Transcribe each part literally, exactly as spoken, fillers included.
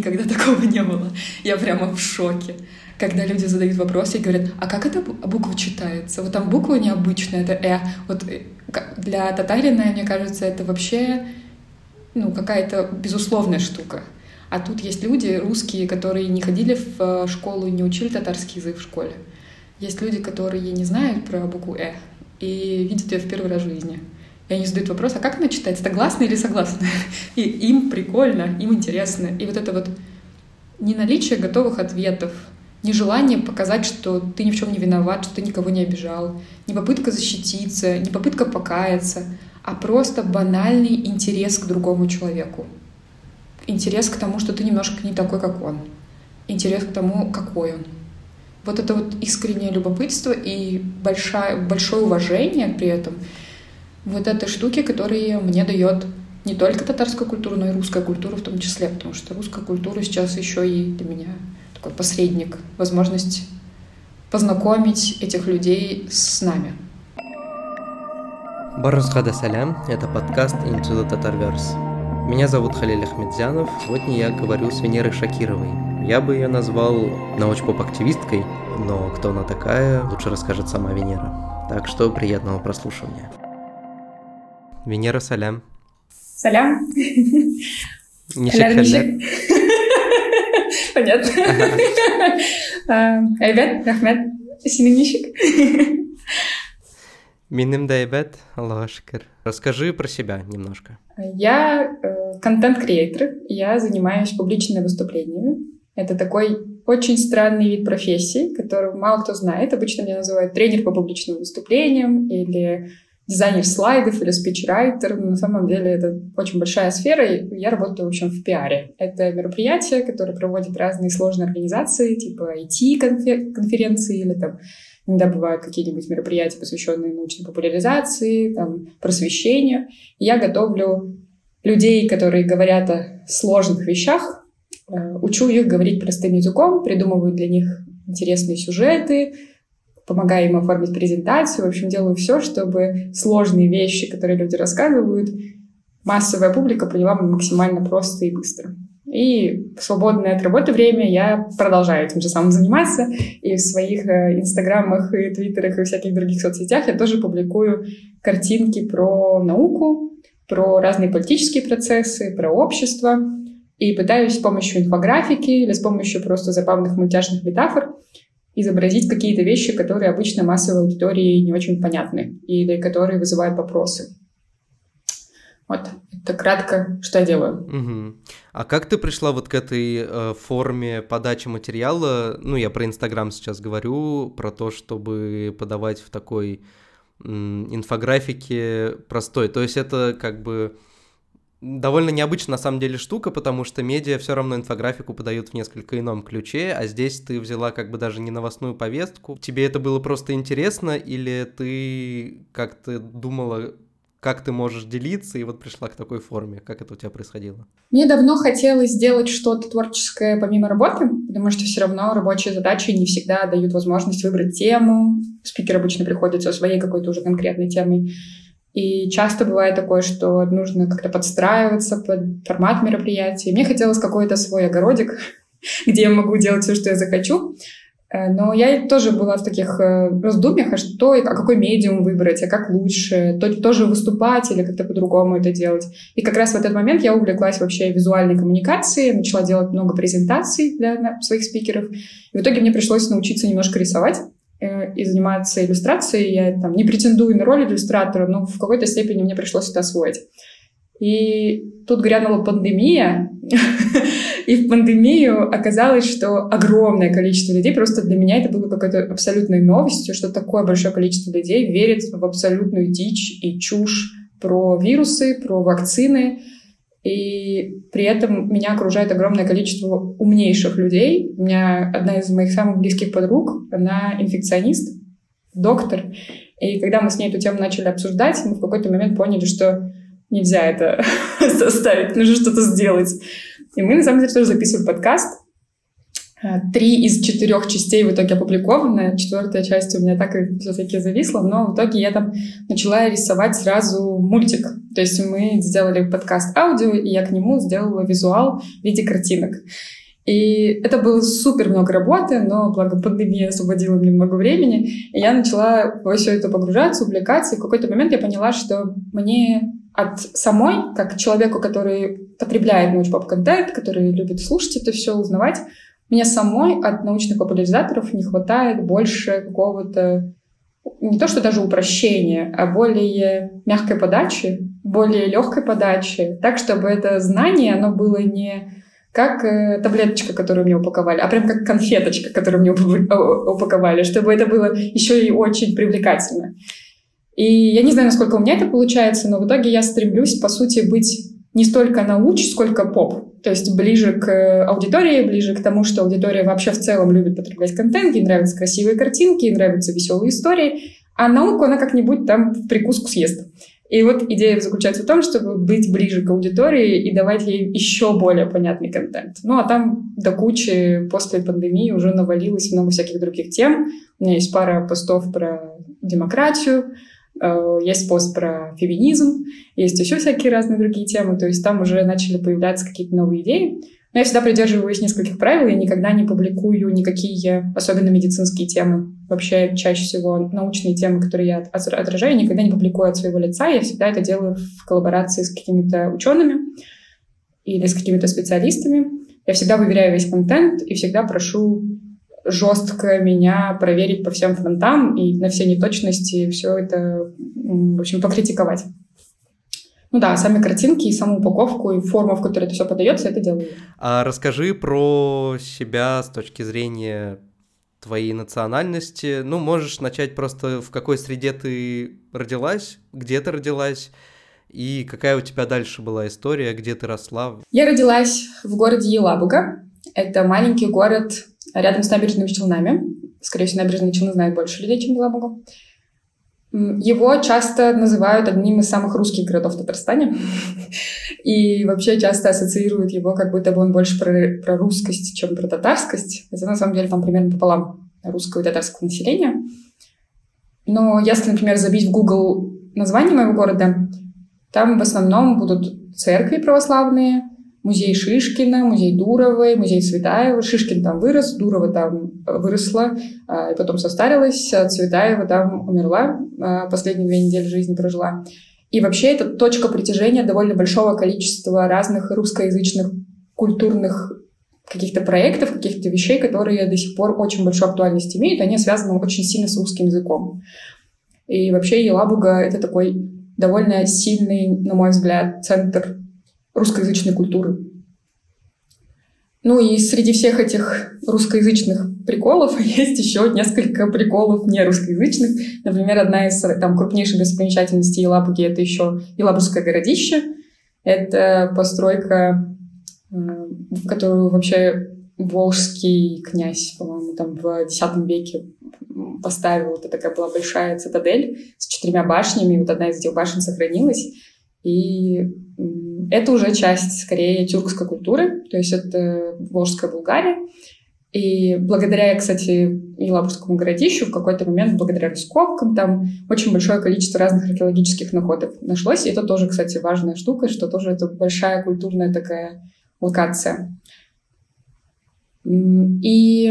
никогда такого не было. Я прямо в шоке. Когда люди задают вопросы и говорят, а как эта буква читается? Вот там буква необычная, это «э». Вот для татарина, мне кажется, это вообще ну, какая-то безусловная штука. А тут есть люди русские, которые не ходили в школу и не учили татарский язык в школе. Есть люди, которые не знают про букву «э» и видят ее в первый раз в жизни. И они задают вопрос, а как она читается, это гласная или согласная? И им прикольно, им интересно. И вот это вот не наличие готовых ответов, не желание показать, что ты ни в чем не виноват, что ты никого не обижал, не попытка защититься, не попытка покаяться, а просто банальный интерес к другому человеку. Интерес к тому, что ты немножко не такой, как он. Интерес к тому, какой он. Вот это вот искреннее любопытство и большое, большое уважение при этом вот этой штуки, которые мне дает не только татарская культура, но и русская культура в том числе, потому что русская культура сейчас еще и для меня такой посредник, возможность познакомить этих людей с нами. Баррусхада салям, это подкаст Into the Tatarverse. Меня зовут Халиль Ахмедзянов, сегодня я говорю с Венерой Шакировой. Я бы ее назвал научпоп-активисткой, но кто она такая, лучше расскажет сама Венера. Так что приятного прослушивания. Венера, салям. Салям. Нишек халят. Понятно. Айбет, рахмет. Синим нишек. Миним да айбет, Аллаху шукр. Расскажи про себя немножко. Я э, контент-креатор, я занимаюсь публичными выступлениями. Это такой очень странный вид профессии, который мало кто знает. Обычно меня называют тренер по публичным выступлениям или дизайнер слайдов или спичрайтер. Но на самом деле это очень большая сфера, и я работаю, в общем, в пиаре. Это мероприятия, которые проводят разные сложные организации, типа ай ти-конференции или там иногда бывают какие-нибудь мероприятия, посвященные научной популяризации, там, просвещению. И я готовлю людей, которые говорят о сложных вещах, учу их говорить простым языком, придумываю для них интересные сюжеты, помогаю им оформить презентацию. В общем, делаю все, чтобы сложные вещи, которые люди рассказывают, массовая публика поняла максимально просто и быстро. И в свободное от работы время я продолжаю этим же самым заниматься. И в своих э, инстаграмах и твиттерах и всяких других соцсетях я тоже публикую картинки про науку, про разные политические процессы, про общество. И пытаюсь с помощью инфографики или с помощью просто забавных мультяшных метафор изобразить какие-то вещи, которые обычно массовой аудитории не очень понятны или которые вызывают вопросы. Вот, это кратко, что я делаю. Угу. А как ты пришла вот к этой э, форме подачи материала? Ну, я про Инстаграм сейчас говорю, про то, чтобы подавать в такой м, инфографике простой. То есть это как бы довольно необычная на самом деле штука, потому что медиа все равно инфографику подают в несколько ином ключе, а здесь ты взяла как бы даже не новостную повестку. Тебе это было просто интересно или ты как-то думала, как ты можешь делиться, и вот пришла к такой форме? Как это у тебя происходило? Мне давно хотелось сделать что-то творческое помимо работы, потому что все равно рабочие задачи не всегда дают возможность выбрать тему. Спикер обычно приходит со своей какой-то уже конкретной темой. И часто бывает такое, что нужно как-то подстраиваться под формат мероприятия. Мне хотелось какой-то свой огородик, где я могу делать все, что я захочу. Но я тоже была в таких раздумьях, а что, а какой медиум выбрать, а как лучше, то, тоже выступать или как-то по-другому это делать. И как раз в этот момент я увлеклась вообще визуальной коммуникацией, начала делать много презентаций для своих спикеров. И в итоге мне пришлось научиться немножко рисовать э, и заниматься иллюстрацией. Я там не претендую на роль иллюстратора, но в какой-то степени мне пришлось это освоить. И тут грянула пандемия, и в пандемию оказалось, что огромное количество людей, просто для меня это было какой-то абсолютной новостью, что такое большое количество людей верит в абсолютную дичь и чушь про вирусы, про вакцины, и при этом меня окружает огромное количество умнейших людей. У меня одна из моих самых близких подруг, она инфекционист, доктор, и когда мы с ней эту тему начали обсуждать, мы в какой-то момент поняли, что нельзя это составить, нужно что-то сделать. И мы, на самом деле, тоже записывали подкаст. Три из четырех частей в итоге опубликованы. Четвертая часть у меня так и все-таки зависла, но в итоге я там начала рисовать сразу мультик. То есть мы сделали подкаст аудио, и я к нему сделала визуал в виде картинок. И это было супер много работы, но благо пандемия освободила мне много времени, и я начала во все это погружаться, увлекаться, и в какой-то момент я поняла, что мне от самой, как человеку, который потребляет научпоп-контент, который любит слушать это все, узнавать, мне самой от научных популяризаторов не хватает больше какого-то, не то что даже упрощения, а более мягкой подачи, более легкой подачи, так, чтобы это знание, оно было не как э, таблеточка, которую мне упаковали, а прям как конфеточка, которую мне упаковали, чтобы это было еще и очень привлекательно. И я не знаю, насколько у меня это получается, но в итоге я стремлюсь, по сути, быть не столько науч, сколько поп. То есть ближе к аудитории, ближе к тому, что аудитория вообще в целом любит потреблять контент, ей нравятся красивые картинки, ей нравятся веселые истории, а науку она как-нибудь там в прикуску съест. И вот идея заключается в том, чтобы быть ближе к аудитории и давать ей еще более понятный контент. Ну, а там до кучи после пандемии уже навалилось много всяких других тем. У меня есть пара постов про демократию, есть пост про феминизм, есть еще всякие разные другие темы. То есть там уже начали появляться какие-то новые идеи. Но я всегда придерживаюсь нескольких правил, я никогда не публикую никакие, особенно медицинские темы. Вообще, чаще всего научные темы, которые я отражаю, я никогда не публикую от своего лица. Я всегда это делаю в коллаборации с какими-то учеными или с какими-то специалистами. Я всегда выверяю весь контент и всегда прошу жестко меня проверить по всем фронтам и на все неточности все это, в общем, покритиковать. Ну да, сами картинки и саму упаковку, и форму, в которой это все подается, это делаю. А расскажи про себя с точки зрения твоей национальности. Ну, можешь начать просто, в какой среде ты родилась, где ты родилась, и какая у тебя дальше была история, где ты росла. Я родилась в городе Елабуга. Это маленький город рядом с набережными Челнами. Скорее всего, набережные Челны знают больше людей, чем Елабугу. Его часто называют одним из самых русских городов в Татарстане. И вообще часто ассоциируют его, как будто бы он больше про, про русскость, чем про татарскость. Хотя на самом деле там примерно пополам русского и татарского населения. Но если, например, забить в Google название моего города, там в основном будут церкви православные, музей Шишкина, музей Дуровой, музей Цветаева. Шишкин там вырос, Дурова там выросла, и потом состарилась, а Цветаева там умерла, последние две недели жизни прожила. И вообще это точка притяжения довольно большого количества разных русскоязычных культурных каких-то проектов, каких-то вещей, которые до сих пор очень большую актуальность имеют, они связаны очень сильно с русским языком. И вообще Елабуга — это такой довольно сильный, на мой взгляд, центр русскоязычной культуры. Ну и среди всех этих русскоязычных приколов есть еще несколько приколов не русскоязычных. Например, одна из там, крупнейших достопримечательностей Елабуги — это еще Елабужское городище. Это постройка, в которую вообще волжский князь, по-моему, там в десятом веке поставил. Это такая была большая цитадель с четырьмя башнями. Вот одна из этих башен сохранилась. И это уже часть, скорее, тюркской культуры, то есть это Волжская Булгария. И благодаря, кстати, Елабужскому городищу в какой-то момент, благодаря раскопкам, там очень большое количество разных археологических находок нашлось. И это тоже, кстати, важная штука, что тоже это большая культурная такая локация. И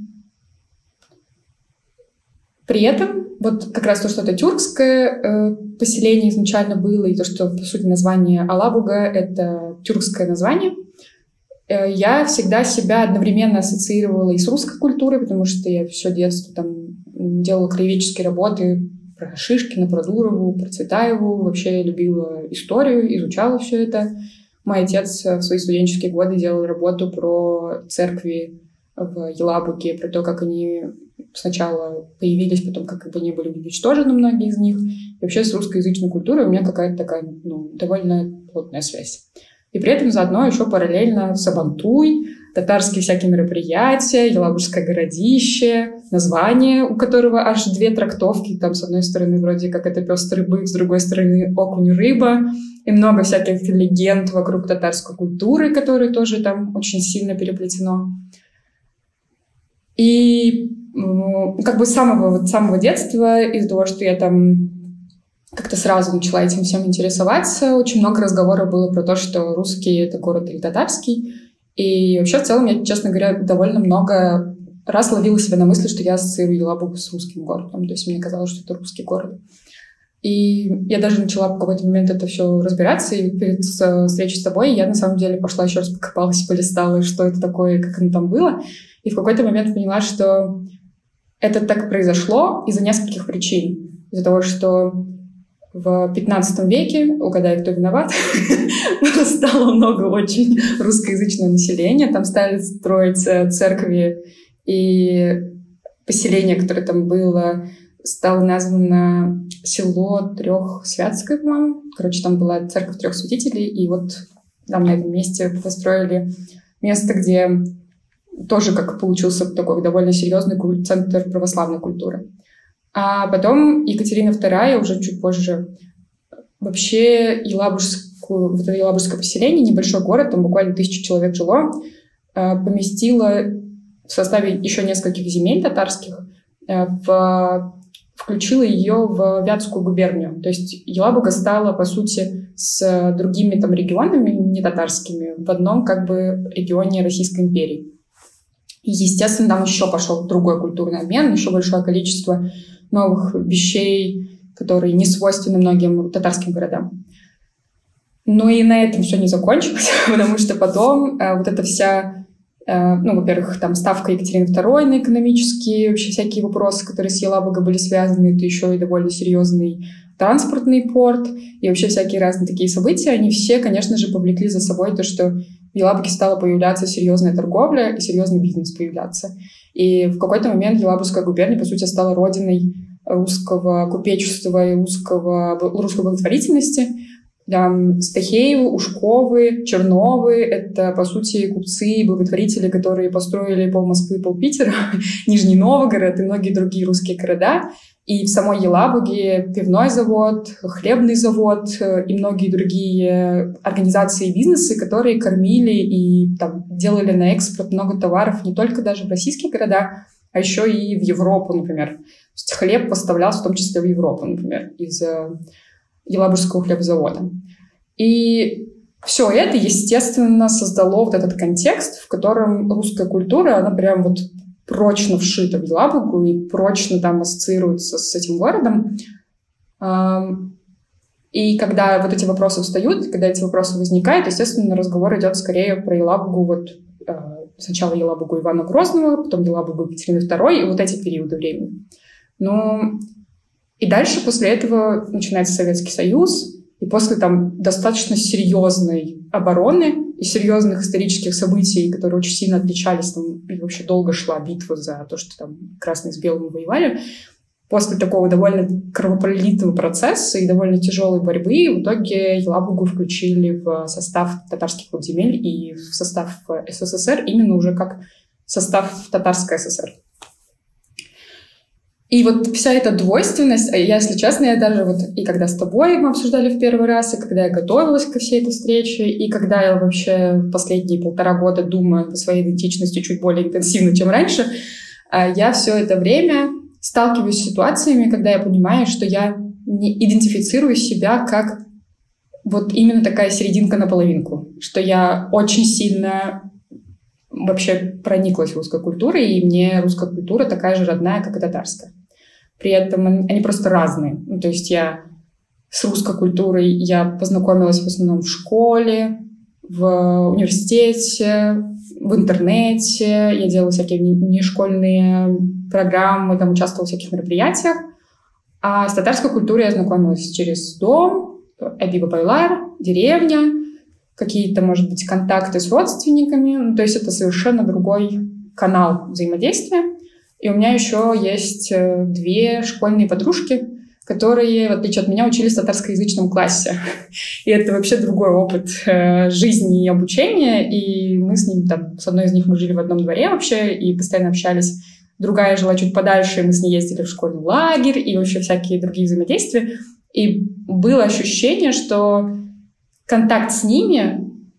при этом вот как раз то, что это тюркское э, поселение изначально было, и то, что, по сути, название Алабуга — это тюркское название, э, я всегда себя одновременно ассоциировала и с русской культурой, потому что я все детство там делала краеведческие работы про Шишкина, про Дурову, про Цветаеву, вообще любила историю, изучала все это. Мой отец в свои студенческие годы делал работу про церкви в Елабуге, про то, как они сначала появились, потом как бы они были уничтожены, многие из них. И вообще с русскоязычной культурой у меня какая-то такая, ну, довольно плотная связь. И при этом заодно еще параллельно Сабантуй, татарские всякие мероприятия, Елабужское городище, название, у которого аж две трактовки. Там, с одной стороны, вроде как это пестрый бык, с другой стороны, окунь рыба. И много всяких легенд вокруг татарской культуры, которые тоже там очень сильно переплетено. И как бы с самого, вот, самого детства, из-за того, что я там как-то сразу начала этим всем интересоваться, очень много разговоров было про то, что русский — это город или татарский. И вообще, в целом, я, честно говоря, довольно много раз ловила себя на мысли, что я ассоциирую Елабугу с русским городом. То есть мне казалось, что это русский город. И я даже начала в какой-то момент это все разбираться, и перед встречей с тобой я, на самом деле, пошла еще раз покопалась, полистала, что это такое, как оно там было. И в какой-то момент поняла, что это так произошло из-за нескольких причин. Из-за того, что в пятнадцатом веке, угадай, кто виноват, стало много очень русскоязычного населения. Там стали строить церкви, и поселение, которое там было, стало названо село Трехсвятское, по-моему. Короче, там была церковь трех святителей, и вот там на этом месте построили место, где тоже как получился такой довольно серьезный центр православной культуры. А потом Екатерина вторая, уже чуть позже, вообще Елабужскую, вот это Елабужское поселение, небольшой город, там буквально тысяча человек жило, поместила в составе еще нескольких земель татарских, в, включила ее в Вятскую губернию. То есть Елабуга стала, по сути, с другими там регионами, не татарскими, в одном как бы регионе Российской империи. И, естественно, там еще пошел другой культурный обмен, еще большое количество новых вещей, которые не свойственны многим татарским городам. Но и на этом все не закончилось, потому что потом э, вот эта вся, э, ну, во-первых, там ставка Екатерины второй на экономические, вообще всякие вопросы, которые с Елабугой были связаны, это еще и довольно серьезный транспортный порт, и вообще всякие разные такие события, они все, конечно же, повлекли за собой то, что в Елабуге стала появляться серьезная торговля и серьезный бизнес появляться. И в какой-то момент Елабужская губерния, по сути, стала родиной русского купечества и русского, русской благотворительности. Там Стахеевы, Ушковы, Черновы — это, по сути, купцы и благотворители, которые построили пол Москвы, пол Питера, Нижний Новгород и многие другие русские города. И в самой Елабуге пивной завод, хлебный завод и многие другие организации и бизнесы, которые кормили и там, делали на экспорт много товаров не только даже в российских городах, а еще и в Европу, например. То есть хлеб поставлялся в том числе в Европу, например, из Елабужского хлебзавода. И все это, естественно, создало вот этот контекст, в котором русская культура, она прям вот прочно вшита в Елабугу и прочно там ассоциируется с этим городом. И когда вот эти вопросы встают, когда эти вопросы возникают, естественно, разговор идет скорее про Елабугу, вот сначала Елабугу Ивана Грозного, потом Елабугу Екатерины второй, и вот эти периоды времени. Ну, и дальше после этого начинается Советский Союз, и после там достаточно серьезной обороны и серьезных исторических событий, которые очень сильно отличались, там, и вообще долго шла битва за то, что там красные с белыми воевали, после такого довольно кровопролитного процесса и довольно тяжелой борьбы в итоге Елабугу включили в состав татарских земель и в состав СССР, именно уже как состав Татарской ССР. И вот вся эта двойственность, я, если честно, я даже вот и когда с тобой мы обсуждали в первый раз, и когда я готовилась ко всей этой встрече, и когда я вообще последние полтора года думаю о своей идентичности чуть более интенсивно, чем раньше, я все это время сталкиваюсь с ситуациями, когда я понимаю, что я не идентифицирую себя как вот именно такая серединка на половинку, что я очень сильно вообще прониклась русской культурой, и мне русская культура такая же родная, как и татарская. При этом они просто разные. Ну, то есть я с русской культурой я познакомилась в основном в школе, в университете, в интернете. Я делала всякие внешкольные программы, там участвовала в всяких мероприятиях. А с татарской культурой я знакомилась через дом, Абиба Байлар, деревня, какие-то, может быть, контакты с родственниками. Ну, то есть это совершенно другой канал взаимодействия. И у меня еще есть две школьные подружки, которые, в отличие от меня, учились в татарскоязычном классе. И это вообще другой опыт жизни и обучения. И мы с ним там, с одной из них мы жили в одном дворе вообще и постоянно общались. Другая жила чуть подальше, и мы с ней ездили в школьный лагерь и вообще всякие другие взаимодействия. И было ощущение, что контакт с ними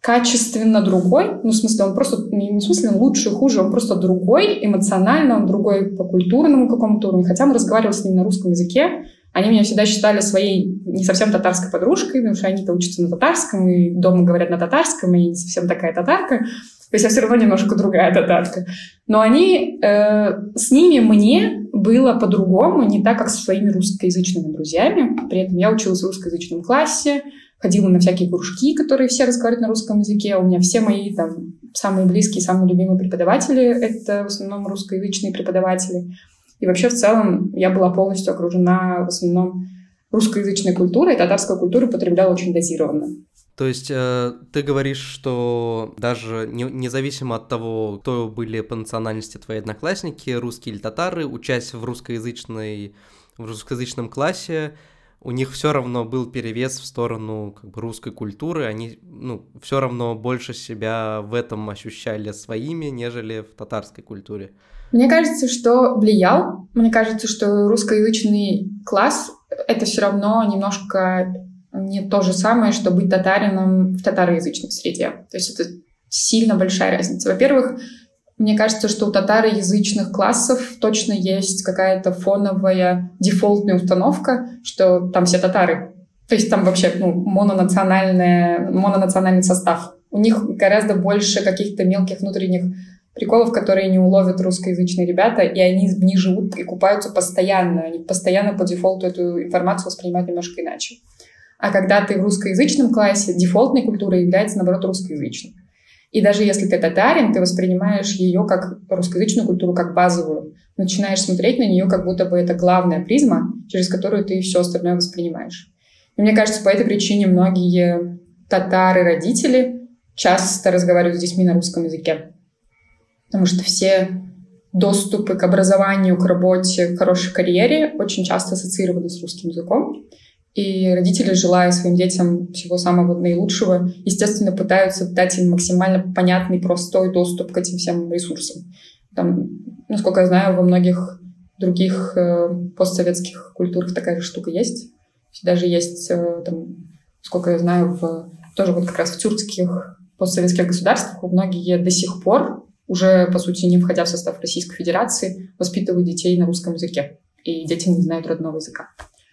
качественно другой, ну, в смысле, он просто, не в смысле он лучше, хуже, он просто другой эмоционально, он другой по культурному какому-то уровню. Хотя мы разговаривали с ним на русском языке, они меня всегда считали своей не совсем татарской подружкой, потому что они-то учатся на татарском, и дома говорят на татарском, и я не совсем такая татарка. То есть я все равно немножко другая татарка. Но они, э, с ними мне было по-другому, не так, как со своими русскоязычными друзьями. При этом я училась в русскоязычном классе, ходила на всякие кружки, которые все разговаривают на русском языке. У меня все мои там самые близкие, самые любимые преподаватели — это в основном русскоязычные преподаватели. И вообще в целом я была полностью окружена в основном русскоязычной культурой, татарскую культуру потребляла очень дозированно. То есть э, ты говоришь, что даже не, независимо от того, кто были по национальности твои одноклассники, русские или татары, учась в русскоязычной, в русскоязычном классе, у них все равно был перевес в сторону как бы русской культуры, они ну, все равно больше себя в этом ощущали своими, нежели в татарской культуре. Мне кажется, что влиял. Мне кажется, что русскоязычный класс — это все равно немножко не то же самое, что быть татарином в татароязычной среде. То есть это сильно большая разница. Во-первых, мне кажется, что у татароязычных классов точно есть какая-то фоновая дефолтная установка, что там все татары. То есть там вообще ну, мононациональный, мононациональный состав. У них гораздо больше каких-то мелких внутренних приколов, которые не уловят русскоязычные ребята, и они в них живут и купаются постоянно. Они постоянно по дефолту эту информацию воспринимают немножко иначе. А когда ты в русскоязычном классе, дефолтной культурой является, наоборот, русскоязычной. И даже если ты татарин, ты воспринимаешь ее как русскоязычную культуру, как базовую. Начинаешь смотреть на нее, как будто бы это главная призма, через которую ты все остальное воспринимаешь. И мне кажется, по этой причине многие татары-родители часто разговаривают с детьми на русском языке. Потому что все доступы к образованию, к работе, к хорошей карьере очень часто ассоциированы с русским языком. И родители, желая своим детям всего самого наилучшего, естественно, пытаются дать им максимально понятный, простой доступ к этим всем ресурсам. Там, насколько я знаю, во многих других э, постсоветских культурах такая же штука есть. Даже есть, э, там, насколько я знаю, в, тоже вот как раз в тюркских постсоветских государствах многие до сих пор, уже, по сути, не входя в состав Российской Федерации, воспитывают детей на русском языке. И дети не знают родного языка.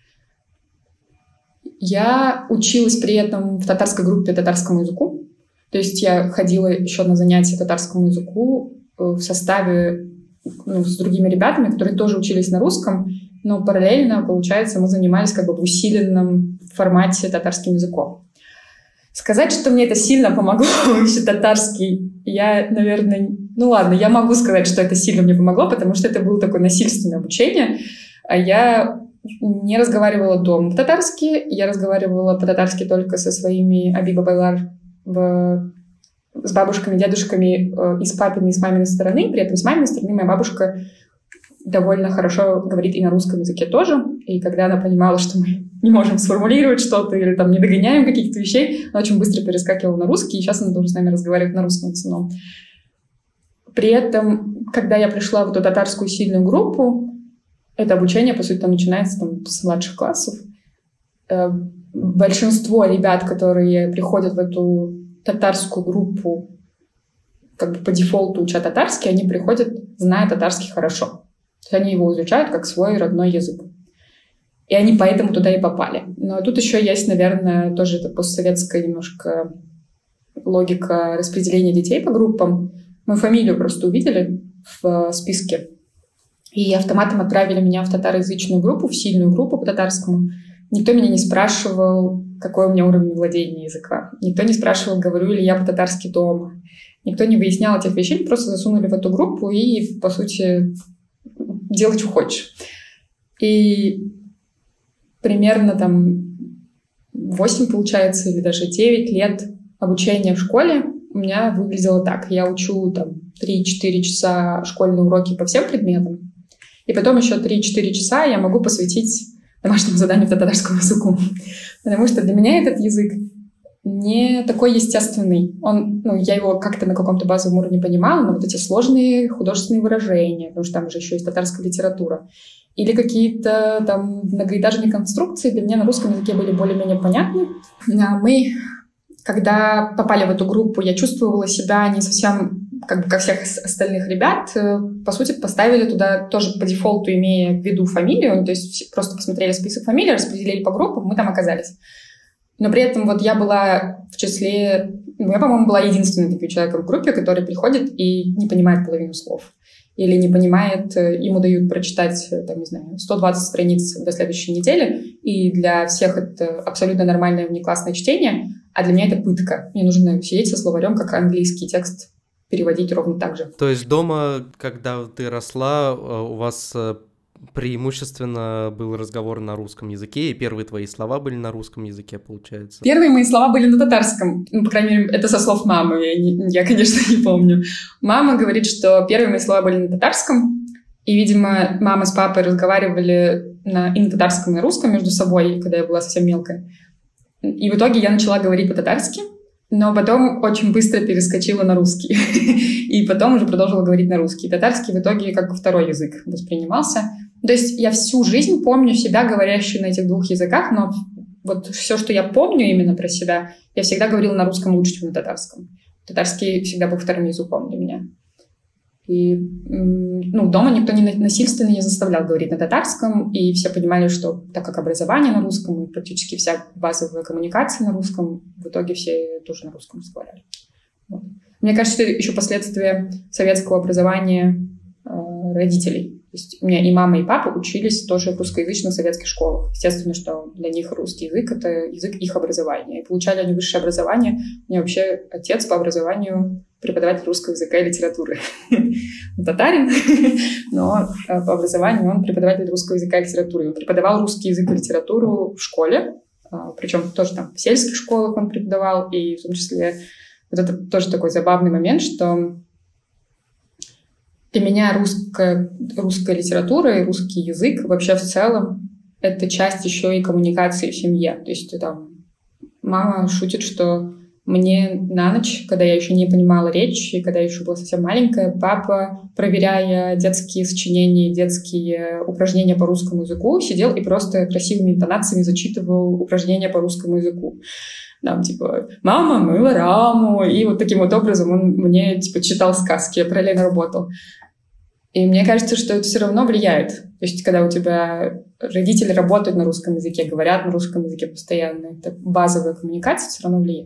Я училась при этом в татарской группе татарскому языку. То есть я ходила еще на занятия татарскому языку в составе ну, с другими ребятами, которые тоже учились на русском, но параллельно, получается, мы занимались как бы в усиленном формате татарским языком. Сказать, что мне это сильно помогло, вообще татарский, я, наверное... Ну ладно, я могу сказать, что это сильно мне помогло, потому что это было такое насильственное обучение. А я не разговаривала дома по-татарски, я разговаривала по-татарски только со своими аби-бабайлар в... с бабушками, дедушками э, и с папиной, и с маминой стороны. При этом с маминой стороны моя бабушка довольно хорошо говорит и на русском языке тоже. И когда она понимала, что мы не можем сформулировать что-то или там не догоняем каких-то вещей, она очень быстро перескакивала на русский, и сейчас она тоже с нами разговаривает на русском в основном. При этом, когда я пришла в эту татарскую сильную группу, это обучение, по сути, там начинается там, с младших классов. Большинство ребят, которые приходят в эту татарскую группу, как бы по дефолту учат татарский, они приходят, зная татарский хорошо. То есть они его изучают как свой родной язык. И они поэтому туда и попали. Но тут еще есть, наверное, тоже это постсоветская немножко логика распределения детей по группам. Мы фамилию просто увидели в списке. И автоматом отправили меня в татароязычную группу, в сильную группу по татарскому. Никто меня не спрашивал, какой у меня уровень владения языка. Никто не спрашивал, говорю ли я по-татарски дома. Никто не выяснял этих вещей, просто засунули в эту группу и, по сути, делай, что хочешь. И примерно там восемь, получается, или даже девять лет обучения в школе у меня выглядело так. Я учу там три-четыре часа школьные уроки по всем предметам, и потом еще три-четыре часа я могу посвятить домашнему заданию по татарскому языку. Потому что для меня этот язык не такой естественный. Он, ну, я его как-то на каком-то базовом уровне понимала, но вот эти сложные художественные выражения, потому что там же еще есть татарская литература, или какие-то там многоэтажные конструкции для меня на русском языке были более-менее понятны. Мы когда попали в эту группу, я чувствовала себя не совсем как бы как всех остальных ребят. По сути, поставили туда тоже по дефолту, имея в виду фамилию, то есть просто посмотрели список фамилий, распределили по группам, мы там оказались. Но при этом вот я была в числе... Ну, я, по-моему, была единственным таким человеком в группе, который приходит и не понимает половину слов. Или не понимает, ему дают прочитать, там, не знаю, сто двадцать страниц до следующей недели, и для всех это абсолютно нормальное внеклассное чтение, а для меня это пытка. Мне нужно сидеть со словарем, как английский текст, переводить ровно так же. То есть дома, когда ты росла, у вас преимущественно был разговор на русском языке, и первые твои слова были на русском языке, получается? Первые мои слова были на татарском. Ну, по крайней мере, это со слов мамы. Я, не, я, конечно, не помню. Мама говорит, что первые мои слова были на татарском, и, видимо, мама с папой разговаривали на, и на татарском, и на русском между собой, когда я была совсем мелкая. И в итоге я начала говорить по-татарски, но потом очень быстро перескочила на русский. И потом уже продолжила говорить на русский. Татарский в итоге как второй язык воспринимался. То есть я всю жизнь помню себя, говорящей на этих двух языках, но вот все, что я помню именно про себя, я всегда говорила на русском лучше, чем на татарском. Татарский всегда был вторым языком для меня. И ну, дома никто не насильственно не заставлял говорить на татарском, и все понимали, что так как образование на русском, и практически вся базовая коммуникация на русском, в итоге все тоже на русском разговаривали. Вот. Мне кажется, это еще последствия советского образования э, родителей. То есть у меня и мама, и папа учились тоже в русскоязычных советских школах. Естественно, что для них русский язык — это язык их образования. И получали они высшее образование. У меня вообще отец по образованию преподаватель русского языка и литературы. Он татарин, но по образованию он преподаватель русского языка и литературы. Он преподавал русский язык и литературу в школе, причем тоже там в сельских школах он преподавал, и в том числе вот это тоже такой забавный момент, что для меня русская, русская литература и русский язык вообще в целом это часть еще и коммуникации в семье. То есть там мама шутит, что мне на ночь, когда я еще не понимала речь, и когда я еще была совсем маленькая, папа, проверяя детские сочинения, детские упражнения по русскому языку, сидел и просто красивыми интонациями зачитывал упражнения по русскому языку. Там, типа, «Мама мыла раму», и вот таким вот образом он мне, типа, читал сказки, я параллельно работал. И мне кажется, что это все равно влияет. То есть, когда у тебя родители работают на русском языке, говорят на русском языке постоянно, это базовая коммуникация все равно влияет.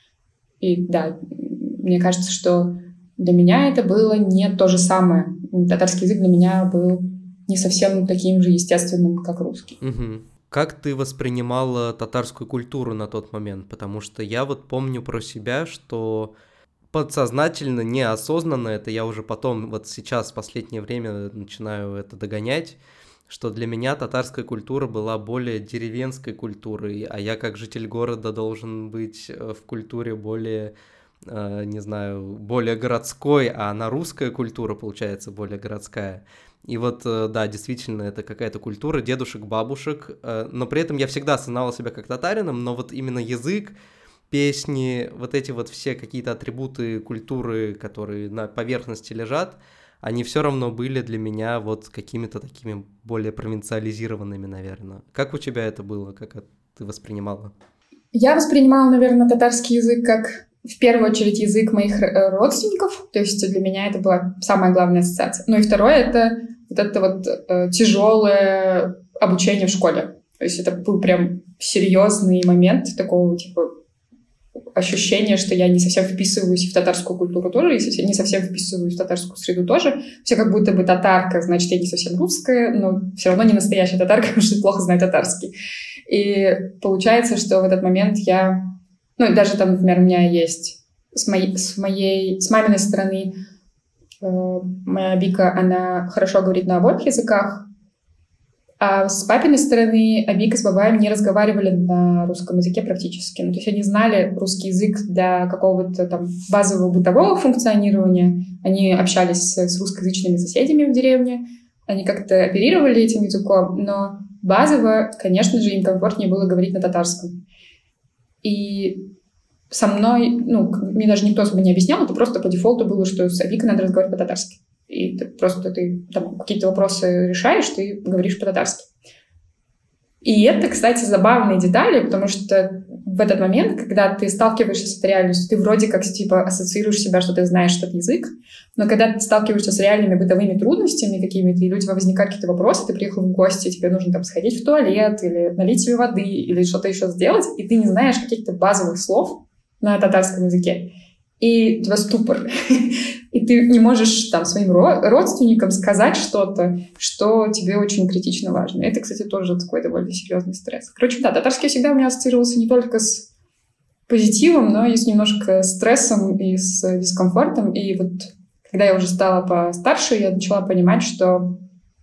И да, мне кажется, что для меня это было не то же самое. Татарский язык для меня был не совсем таким же естественным, как русский. Угу. Как ты воспринимала татарскую культуру на тот момент? Потому что я вот помню про себя, что подсознательно, неосознанно, это я уже потом, вот сейчас, в последнее время начинаю это догонять, что для меня татарская культура была более деревенской культурой, а я как житель города должен быть в культуре более, не знаю, более городской, а она русская культура, получается, более городская. И вот, да, действительно, это какая-то культура дедушек, бабушек, но при этом я всегда осознавал себя как татарином, но вот именно язык, песни, вот эти вот все какие-то атрибуты культуры, которые на поверхности лежат, они все равно были для меня вот какими-то такими более провинциализированными, наверное. Как у тебя это было? Как ты воспринимала? Я воспринимала, наверное, татарский язык как, в первую очередь, язык моих родственников. То есть для меня это была самая главная ассоциация. Ну и второе — это вот это вот э, тяжелое обучение в школе. То есть это был прям серьезный момент такого типа ощущение, что я не совсем вписываюсь в татарскую культуру тоже, и не совсем вписываюсь в татарскую среду тоже. Все как будто бы татарка, значит, я не совсем русская, но все равно не настоящая татарка, потому что плохо знаю татарский. И получается, что в этот момент я... Ну, и даже там, например, у меня есть с моей, с моей, с маминой стороны э, моя Абика, она хорошо говорит на обоих языках, а с папиной стороны Абика с Бабаем не разговаривали на русском языке практически. Ну, то есть они знали русский язык для какого-то там базового бытового функционирования. Они общались с, с русскоязычными соседями в деревне. Они как-то оперировали этим языком. Но базово, конечно же, им комфортнее было говорить на татарском. И со мной, ну, мне даже никто особо не объяснял, это просто по дефолту было, что с Абикой надо разговаривать по-татарски. И ты просто ты там какие-то вопросы решаешь, ты говоришь по-татарски. И это, кстати, забавные детали, потому что в этот момент, когда ты сталкиваешься с этой реальностью, ты вроде как типа ассоциируешь себя, что ты знаешь этот язык, но когда ты сталкиваешься с реальными бытовыми трудностями какими-то, и у тебя возникают какие-то вопросы, ты приехал в гости, тебе нужно там сходить в туалет, или налить себе воды, или что-то еще сделать, и ты не знаешь каких-то базовых слов на татарском языке, и у тебя ступор. И ты не можешь там своим родственникам сказать что-то, что тебе очень критично важно. Это, кстати, тоже такой довольно серьезный стресс. Короче, да, татарский всегда у меня ассоциировался не только с позитивом, но и с немножко стрессом и с дискомфортом. И вот когда я уже стала постарше, я начала понимать, что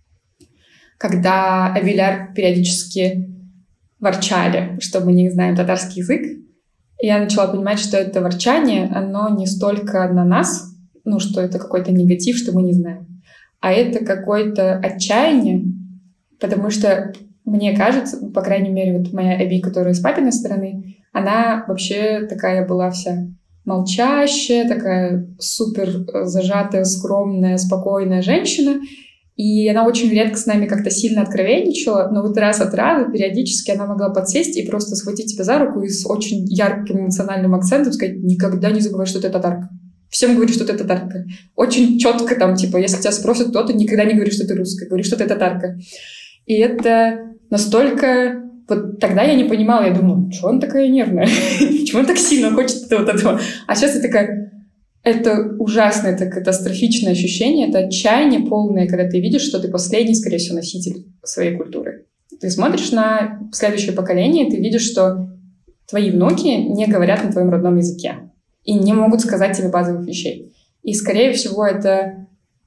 когда Абеляр периодически ворчали, что мы не знаем татарский язык, я начала понимать, что это ворчание, оно не столько на нас, ну, что это какой-то негатив, что мы не знаем, а это какое-то отчаяние, потому что мне кажется, по крайней мере, вот моя Аби, которая с папиной стороны, она вообще такая была вся молчащая, такая супер зажатая, скромная, спокойная женщина, и она очень редко с нами как-то сильно откровенничала, но вот раз от раза периодически она могла подсесть и просто схватить тебя за руку и с очень ярким эмоциональным акцентом сказать: никогда не забывай, что ты татарка. Всем говори, что ты татарка. Очень четко там, типа, если тебя спросят кто-то, никогда не говори, что ты русская, говори, что ты татарка. И это настолько... Вот тогда я не понимала, я думала, что она такая нервная? Почему она так сильно хочет вот этого? А сейчас я такая... Это ужасное, это катастрофичное ощущение, это отчаяние полное, когда ты видишь, что ты последний, скорее всего, носитель своей культуры. Ты смотришь на следующее поколение, и ты видишь, что твои внуки не говорят на твоем родном языке и не могут сказать тебе базовых вещей. И, скорее всего, это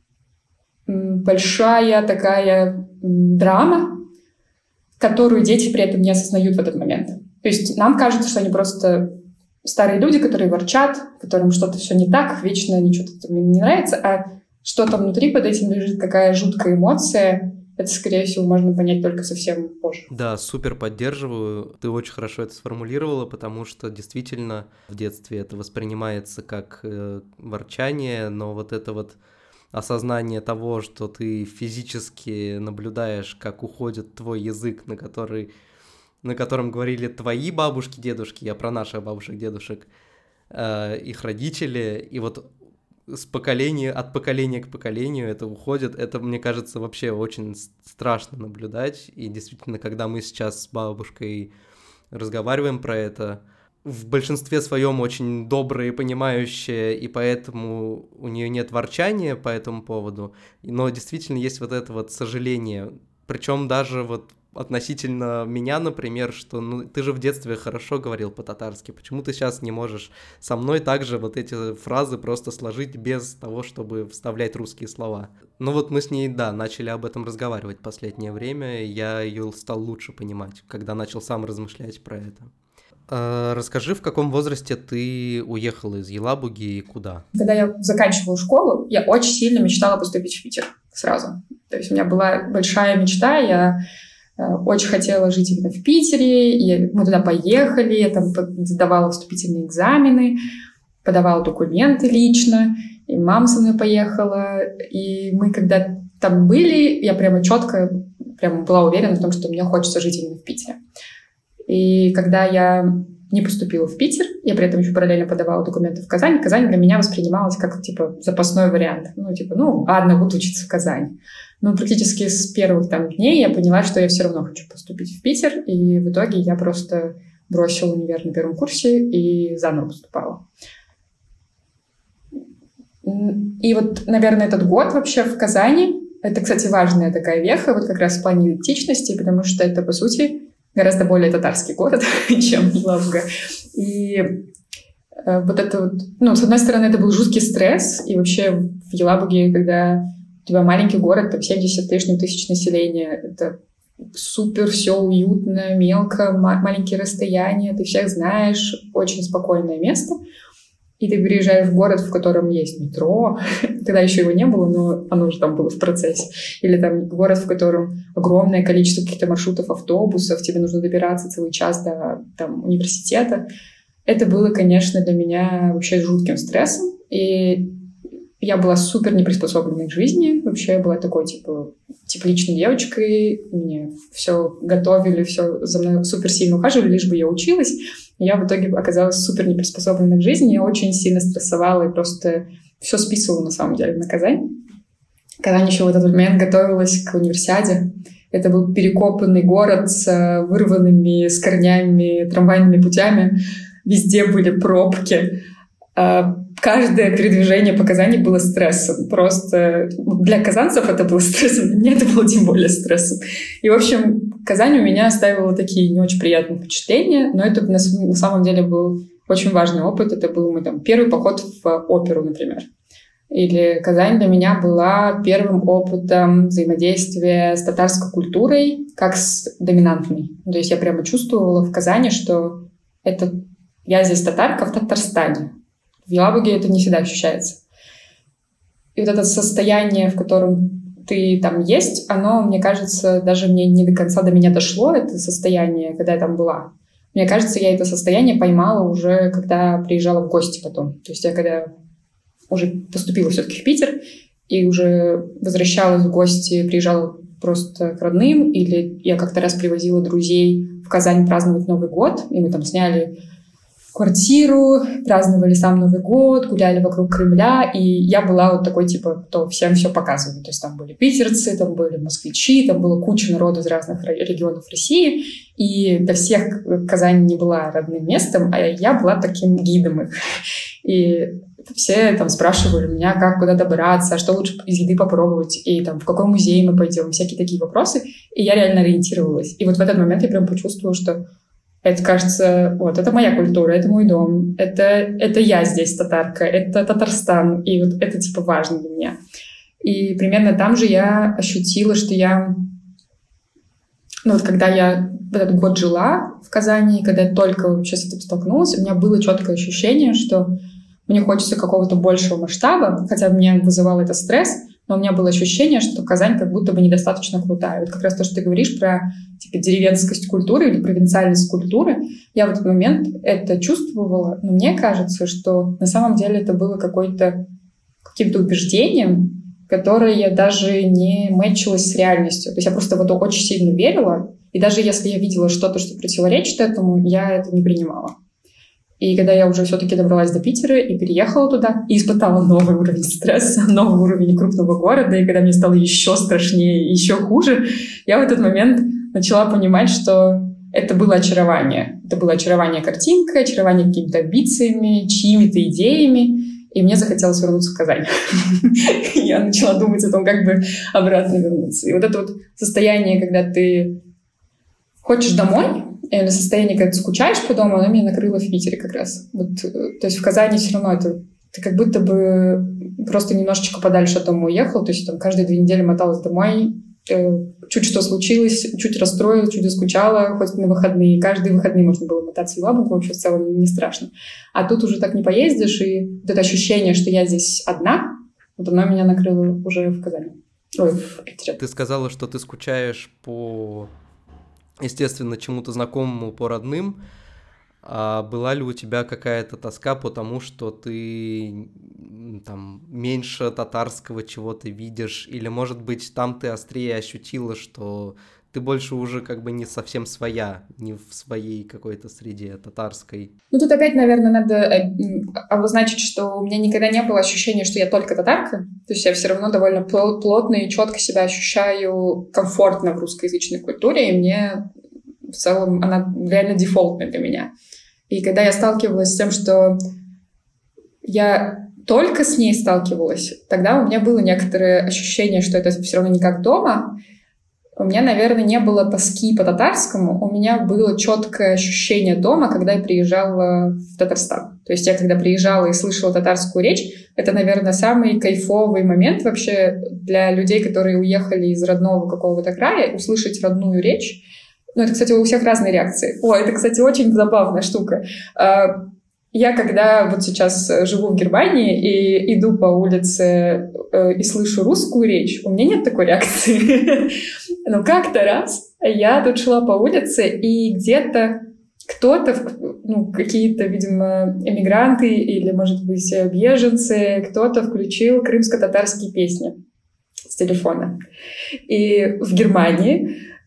большая такая драма, которую дети при этом не осознают в этот момент. То есть нам кажется, что они просто старые люди, которые ворчат, которым что-то все не так, вечно ничего им не нравится, а что там внутри под этим лежит, какая жуткая эмоция, это, скорее всего, можно понять только совсем позже. Да, супер поддерживаю. Ты очень хорошо это сформулировала, потому что действительно в детстве это воспринимается как э, ворчание, но вот это вот осознание того, что ты физически наблюдаешь, как уходит твой язык, на который... на котором говорили твои бабушки, дедушки, я про наших бабушек, дедушек, э, их родители, и вот с поколения, от поколения к поколению это уходит, это, мне кажется, вообще очень страшно наблюдать, и действительно, когда мы сейчас с бабушкой разговариваем про это, в большинстве своем очень добрая и понимающая, и поэтому у нее нет ворчания по этому поводу, но действительно есть вот это вот сожаление, причем даже вот относительно меня, например, что ну ты же в детстве хорошо говорил по-татарски, почему ты сейчас не можешь со мной также вот эти фразы просто сложить без того, чтобы вставлять русские слова? Ну вот мы с ней, да, начали об этом разговаривать в последнее время, я ее стал лучше понимать, когда начал сам размышлять про это. А, расскажи, в каком возрасте ты уехала из Елабуги и куда? Когда я заканчивала школу, я очень сильно мечтала поступить в Питер сразу. То есть у меня была большая мечта, я очень хотела жить именно в Питере, и мы туда поехали, я там сдавала вступительные экзамены, подавала документы лично, и мама со мной поехала, и мы когда там были, я прямо четко прямо была уверена в том, что мне хочется жить именно в Питере. И когда я не поступила в Питер, я при этом еще параллельно подавала документы в Казань, Казань для меня воспринималась как, типа, запасной вариант. Ну, типа, ну, ладно, буду учиться в Казани. Но практически с первых там дней я поняла, что я все равно хочу поступить в Питер, и в итоге я просто бросила универ на первом курсе и заново поступала. И вот, наверное, этот год вообще в Казани, это, кстати, важная такая веха, вот как раз в плане идентичности, потому что это, по сути, гораздо более татарский город, чем Елабуга. И э, вот это вот... Ну, с одной стороны, это был жуткий стресс, и вообще в Елабуге, когда у тебя маленький город, там семьдесят с лишним тысяч населения, это супер все уютно, мелко, ма- маленькие расстояния, ты всех знаешь, очень спокойное место. И ты приезжаешь в город, в котором есть метро, тогда еще его не было, но оно уже там было в процессе. Или там город, в котором огромное количество каких-то маршрутов, автобусов, тебе нужно добираться целый час до там, университета. Это было, конечно, для меня вообще жутким стрессом. И я была супер неприспособленной к жизни. Вообще я была такой, типа, тепличной девочкой. Мне все готовили, все за мной супер сильно ухаживали, лишь бы я училась. Я в итоге оказалась супер неприспособленной к жизни, я очень сильно стрессовала и просто все списывала на самом деле на Казань. Казань еще в этот момент готовилась к универсиаде. Это был перекопанный город с вырванными с корнями трамвайными путями. Везде были пробки. Каждое передвижение по Казани было стрессом. Просто для казанцев это было стрессом, для меня это было тем более стрессом. И, в общем, Казань у меня оставила такие не очень приятные впечатления, но это на, на самом деле был очень важный опыт. Это был мой там, первый поход в оперу, например. Или Казань для меня была первым опытом взаимодействия с татарской культурой как с доминантной. То есть я прямо чувствовала в Казани, что это я здесь татарка в Татарстане. В Елабуге это не всегда ощущается. И вот это состояние, в котором ты там есть, оно, мне кажется, даже мне не до конца до меня дошло, это состояние, когда я там была. Мне кажется, я это состояние поймала уже, когда приезжала в гости потом. То есть я когда уже поступила все-таки в Питер и уже возвращалась в гости, приезжала просто к родным, или я как-то раз привозила друзей в Казань праздновать Новый год, и мы там сняли квартиру, праздновали сам Новый год, гуляли вокруг Кремля, и я была вот такой, типа, кто всем все показывает. То есть там были питерцы, там были москвичи, там была куча народу из разных регионов России, и для всех Казань не была родным местом, а я была таким гидом их. И все там спрашивали меня, как, куда добраться, что лучше из еды попробовать, и там в какой музей мы пойдем, всякие такие вопросы. И я реально ориентировалась. И вот в этот момент я прям почувствовала, что это, кажется, вот, это моя культура, это мой дом, это, это я здесь татарка, это Татарстан, и вот это, типа, важно для меня. И примерно там же я ощутила, что я... Ну, вот когда я в этот год жила в Казани, когда я только вообще с этим столкнулась, у меня было четкое ощущение, что мне хочется какого-то большего масштаба, хотя мне вызывал это стресс, но у меня было ощущение, что Казань как будто бы недостаточно крутая. Вот как раз то, что ты говоришь про типа деревенскость культуры или провинциальность культуры, я в этот момент это чувствовала, но мне кажется, что на самом деле это было какой-то, каким-то убеждением, которое я даже не мэтчилось с реальностью. То есть я просто в это очень сильно верила, и даже если я видела что-то, что противоречит этому, я это не принимала. И когда я уже все-таки добралась до Питера и переехала туда, и испытала новый уровень стресса, новый уровень крупного города, и когда мне стало еще страшнее, еще хуже, я в этот момент начала понимать, что это было очарование. Это было очарование картинкой, очарование какими-то амбициями, чьими-то идеями, и мне захотелось вернуться в Казань. Я начала думать о том, как бы обратно вернуться. И вот это вот состояние, когда ты хочешь домой, или состояние, когда ты скучаешь по дому, оно меня накрыло в Питере как раз. Вот, то есть в Казани все равно это ты как будто бы просто немножечко подальше от дома уехал, то есть там каждые две недели моталась домой, э, чуть что случилось, чуть расстроилась, чуть заскучала, хоть на выходные. Каждые выходные можно было мотаться в Елабугу, вообще в целом не страшно. А тут уже так не поездишь, и вот это ощущение, что я здесь одна, вот оно меня накрыло уже в Казани. Ой, в Питере. Ты сказала, что ты скучаешь по... естественно, чему-то знакомому по родным. А была ли у тебя какая-то тоска по тому, что ты там меньше татарского чего-то видишь? Или, может быть, там ты острее ощутила, что ты больше уже как бы не совсем своя, не в своей какой-то среде татарской? Ну, тут опять, наверное, надо обозначить, что у меня никогда не было ощущения, что я только татарка. То есть я все равно довольно плотно и четко себя ощущаю комфортно в русскоязычной культуре, и мне в целом она реально дефолтная для меня. И когда я сталкивалась с тем, что я только с ней сталкивалась, тогда у меня было некоторое ощущение, что это все равно не как дома. У меня, наверное, не было тоски по татарскому, у меня было четкое ощущение дома, когда я приезжала в Татарстан. То есть я, когда приезжала и слышала татарскую речь, это, наверное, самый кайфовый момент вообще для людей, которые уехали из родного какого-то края, услышать родную речь. Ну, это, кстати, у всех разные реакции. О, это, кстати, очень забавная штука. Я, когда вот сейчас живу в Германии и иду по улице и слышу русскую речь, у меня нет такой реакции. Но как-то раз я тут шла по улице, и где-то кто-то, ну, какие-то, видимо, эмигранты или, может быть, беженцы, кто-то включил крымско-татарские песни с телефона. И в Германии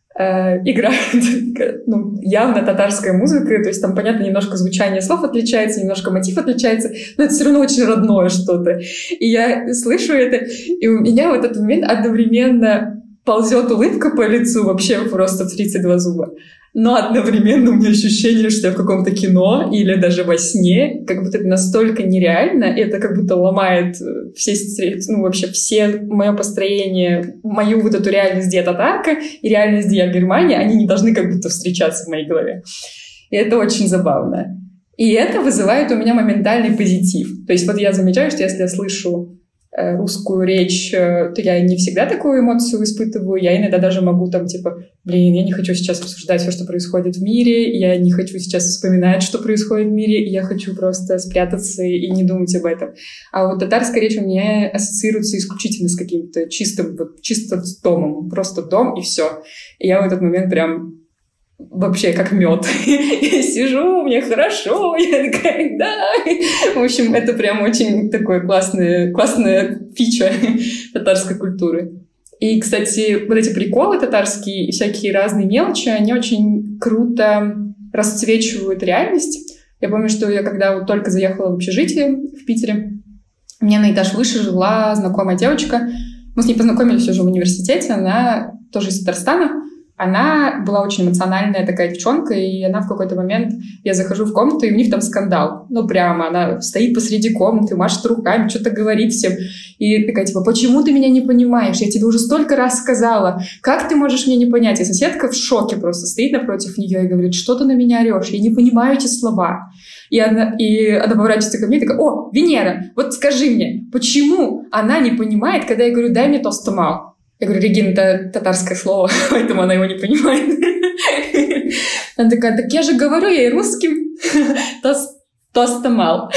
э, играет ну, явно татарская музыка, то есть там, понятно, немножко звучание слов отличается, немножко мотив отличается, но это все равно очень родное что-то. И я слышу это, и у меня в этот момент одновременно ползет улыбка по лицу, вообще просто в тридцать два зуба. Но одновременно у меня ощущение, что я в каком-то кино или даже во сне, как будто это настолько нереально, и это как будто ломает все, ну, вообще все мое построение, мою вот эту реальность, где я татарка, и реальность, где я в Германии, они не должны как будто встречаться в моей голове. И это очень забавно. И это вызывает у меня моментальный позитив. То есть вот я замечаю, что если я слышу русскую речь, то я не всегда такую эмоцию испытываю. Я иногда даже могу там типа, блин, я не хочу сейчас обсуждать все, что происходит в мире, я не хочу сейчас вспоминать, что происходит в мире, я хочу просто спрятаться и не думать об этом. А вот татарская речь у меня ассоциируется исключительно с каким-то чистым, вот, чисто с домом. Просто дом и все. И я в этот момент прям вообще как мед. Я сижу, мне хорошо, я такая, да. В общем, это прям очень такое классная, классная фича татарской культуры. И, кстати, вот эти приколы татарские и всякие разные мелочи, они очень круто расцвечивают реальность. Я помню, что я когда вот только заехала в общежитие в Питере, у меня на этаж выше жила знакомая девочка. Мы с ней познакомились уже в университете, она тоже из Татарстана. Она была очень эмоциональная такая девчонка, и она в какой-то момент, я захожу в комнату, и у них там скандал. Ну, прямо, она стоит посреди комнаты, машет руками, что-то говорит всем. И такая, типа, почему ты меня не понимаешь? Я тебе уже столько раз сказала. Как ты можешь меня не понять? И соседка в шоке просто стоит напротив нее и говорит, что ты на меня орешь? Я не понимаю эти слова. И она, и она поворачивается ко мне и такая, о, Венера, вот скажи мне, почему она не понимает, когда я говорю, дай мне тостомал? Я говорю, Регина, это татарское слово, поэтому она его не понимает. Она такая, так я же говорю ей русским тостомал.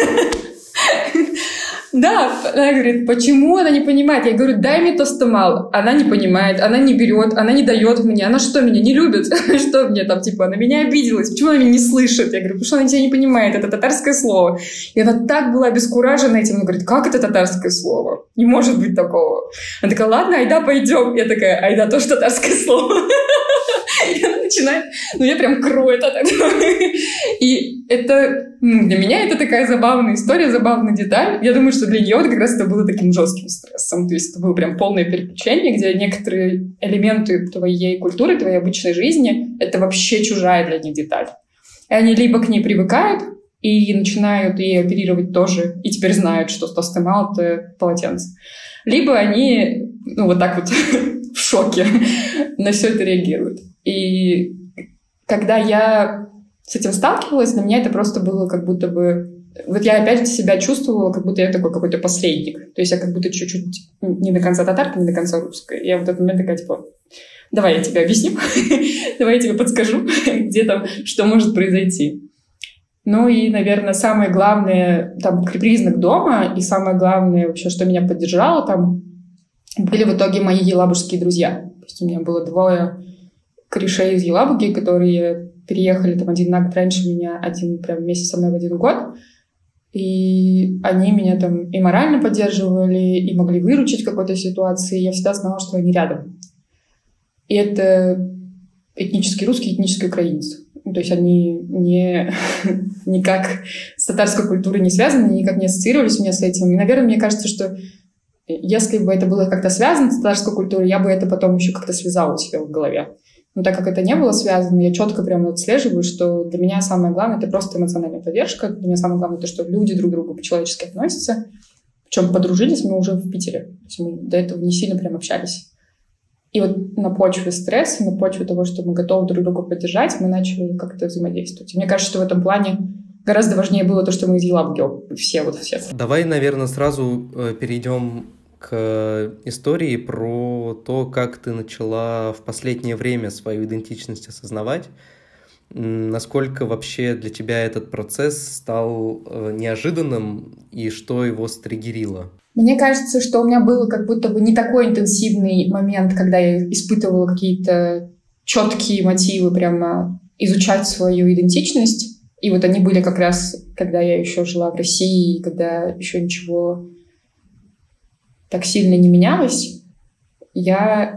Да, она говорит, почему она не понимает? Я говорю, дай мне тостомал. Она не понимает, она не берет, она не дает мне. Она что, меня не любит? Что мне там, типа, она меня обиделась? Почему она меня не слышит? Я говорю, потому что она тебя не понимает, это татарское слово. И она так была обескуражена этим. Она говорит, как это татарское слово? Не может быть такого. Она такая, ладно, айда, пойдем. Я такая, айда тоже татарское слово. И она начинает, ну, я прям кроет от этого. И это, ну, для меня это такая забавная история, забавная деталь. Я думаю, что для нее это как раз это было таким жестким стрессом. То есть это было прям полное переключение, где некоторые элементы твоей культуры, твоей обычной жизни, это вообще чужая для них деталь. И они либо к ней привыкают и начинают ей оперировать тоже, и теперь знают, что тостомал — это полотенце. Либо они, ну, вот так вот в шоке на все это реагируют. И когда я с этим сталкивалась, для меня это просто было как будто бы... Вот я опять себя чувствовала, как будто я такой какой-то посредник. То есть я как будто чуть-чуть не до конца татарка, не до конца русская. Я в этот момент такая, типа, давай я тебе объясню, давай я тебе подскажу, где там, что может произойти. Ну и, наверное, самое главное, там, признак дома, и самое главное вообще, что меня поддержало там, были в итоге мои елабужские друзья. То есть у меня было двое корешей из Елабуги, которые переехали там один на год раньше меня, один прям вместе со мной в один год. И они меня там и морально поддерживали, и могли выручить в какой-то ситуации. Я всегда знала, что они рядом. И это этнический русский, этнический украинец. То есть они не, никак с татарской культурой не связаны, никак не ассоциировались у меня с этим. И, наверное, мне кажется, что если бы это было как-то связано с татарской культурой, я бы это потом еще как-то связала у себя в голове. Но так как это не было связано, я четко прямо отслеживаю, что для меня самое главное — это просто эмоциональная поддержка. Для меня самое главное — то, что люди друг к другу по-человечески относятся. Причем подружились мы уже в Питере. То есть мы до этого не сильно прям общались. И вот на почве стресса, на почве того, что мы готовы друг друга поддержать, мы начали как-то взаимодействовать. И мне кажется, что в этом плане гораздо важнее было то, что мы из Елабуги все, вот все. Давай, наверное, сразу перейдем к истории про то, как ты начала в последнее время свою идентичность осознавать. Насколько вообще для тебя этот процесс стал неожиданным и что его стриггерило? Мне кажется, что у меня был как будто бы не такой интенсивный момент, когда я испытывала какие-то четкие мотивы прямо изучать свою идентичность. И вот они были как раз, когда я еще жила в России, когда еще ничего так сильно не менялось. Я э,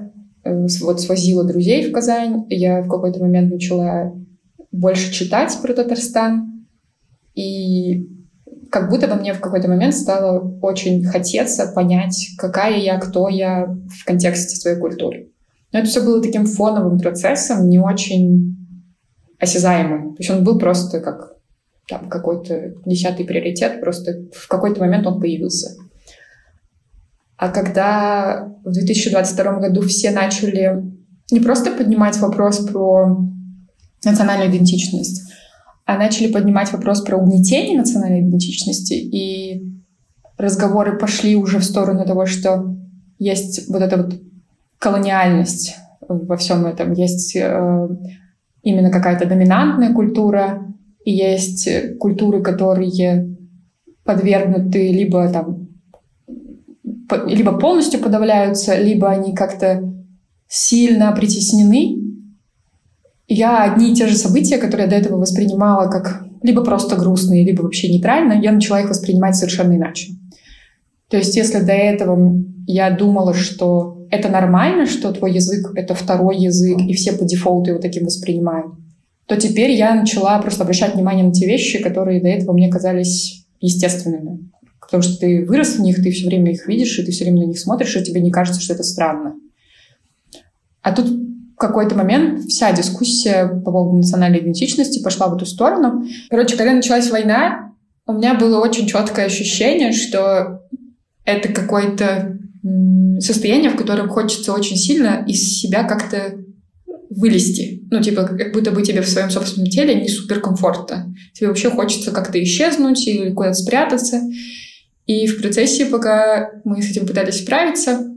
вот свозила друзей в Казань. Я в какой-то момент начала больше читать про Татарстан. И как будто бы мне в какой-то момент стало очень хотеться понять, какая я, кто я в контексте своей культуры. Но это все было таким фоновым процессом, не очень осязаемым. То есть он был просто как там, какой-то десятый приоритет, просто в какой-то момент он появился. А когда в две тысячи двадцать втором году все начали не просто поднимать вопрос про национальную идентичность, а начали поднимать вопрос про угнетение национальной идентичности, и разговоры пошли уже в сторону того, что есть вот эта вот колониальность во всем этом, есть э, именно какая-то доминантная культура, и есть культуры, которые подвергнуты либо там по, либо полностью подавляются, либо они как-то сильно притеснены. Я одни и те же события, которые я до этого воспринимала как либо просто грустные, либо вообще нейтрально, я начала их воспринимать совершенно иначе. То есть если до этого я думала, что это нормально, что твой язык — это второй язык, и все по дефолту его таким воспринимают, то теперь я начала просто обращать внимание на те вещи, которые до этого мне казались естественными. Потому что ты вырос в них, ты все время их видишь, и ты все время на них смотришь, и тебе не кажется, что это странно. А тут в какой-то момент вся дискуссия по поводу национальной идентичности пошла в эту сторону. Короче, когда началась война, у меня было очень четкое ощущение, что это какое-то состояние, в котором хочется очень сильно из себя как-то вылезти. Ну, типа, как будто бы тебе в своем собственном теле не суперкомфортно. Тебе вообще хочется как-то исчезнуть или куда-то спрятаться. И в процессе, пока мы с этим пытались справиться,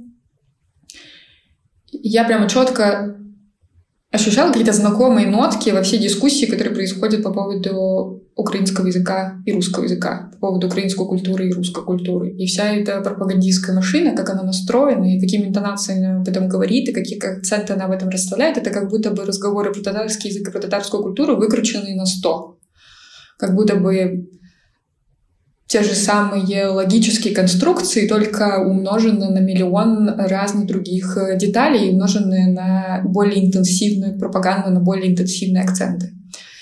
я прямо четко ощущала какие-то знакомые нотки во всей дискуссии, которые происходят по поводу украинского языка и русского языка, по поводу украинской культуры и русской культуры. И вся эта пропагандистская машина, как она настроена, и какими интонациями она об этом говорит, и какие акценты она об этом расставляет, это как будто бы разговоры про татарский язык и про татарскую культуру выкрученные на сто. Как будто бы те же самые логические конструкции, только умножены на миллион разных других деталей, умноженные на более интенсивную пропаганду, на более интенсивные акценты.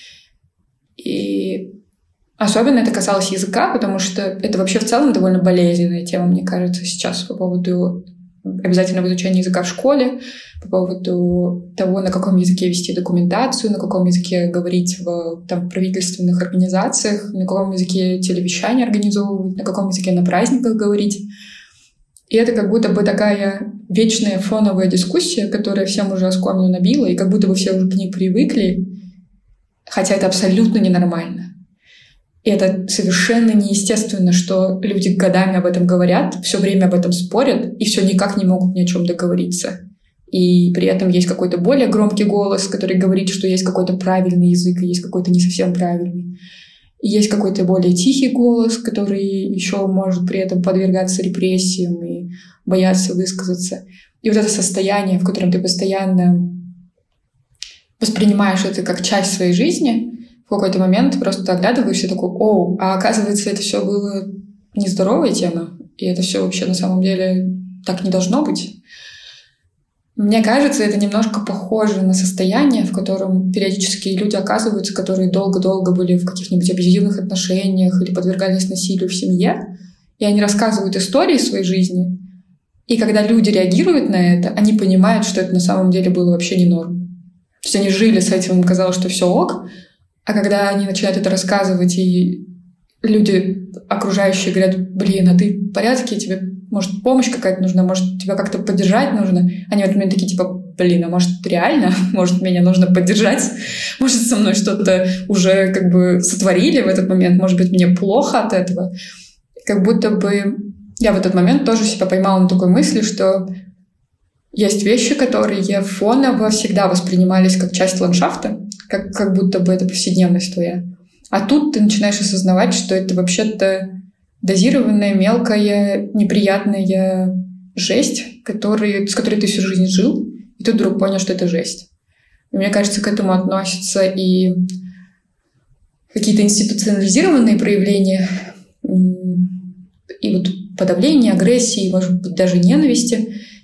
И особенно это касалось языка, потому что это вообще в целом довольно болезненная тема, мне кажется, сейчас по поводу обязательного изучения языка в школе, по поводу того, на каком языке вести документацию, на каком языке говорить в там, правительственных организациях, на каком языке телевещание организовывать, на каком языке на праздниках говорить. И это как будто бы такая вечная фоновая дискуссия, которая всем уже оскомину набила, и как будто бы все уже к ней привыкли, хотя это абсолютно ненормально. И это совершенно неестественно, что люди годами об этом говорят, все время об этом спорят, и все никак не могут ни о чем договориться. И при этом есть какой-то более громкий голос, который говорит, что есть какой-то правильный язык, и есть какой-то не совсем правильный. И есть какой-то более тихий голос, который еще может при этом подвергаться репрессиям и бояться высказаться. И вот это состояние, в котором ты постоянно воспринимаешь это как часть своей жизни, в какой-то момент просто оглядываешься и такой: о, а оказывается, это все было нездоровая тема, и это все вообще на самом деле так не должно быть. Мне кажется, это немножко похоже на состояние, в котором периодически люди оказываются, которые долго-долго были в каких-нибудь абьюзивных отношениях или подвергались насилию в семье, и они рассказывают истории своей жизни, и когда люди реагируют на это, они понимают, что это на самом деле было вообще не норм. То есть они жили с этим, им казалось, что все ок, а когда они начинают это рассказывать, и люди окружающие говорят: блин, а ты в порядке, тебе, может, помощь какая-то нужна, может, тебя как-то поддержать нужно, они в этот момент такие типа: блин, а может, реально, может, меня нужно поддержать, может, со мной что-то уже как бы сотворили в этот момент, может быть, мне плохо от этого. Как будто бы я в этот момент тоже себя поймала на такой мысли, что есть вещи, которые фоново всегда воспринимались как часть ландшафта, как, как будто бы это повседневность твоя. А тут ты начинаешь осознавать, что это вообще-то дозированная, мелкая, неприятная жесть, который, с которой ты всю жизнь жил, и ты вдруг понял, что это жесть. И мне кажется, к этому относятся и какие-то институционализированные проявления, и вот подавление, агрессии, может быть, даже ненависти.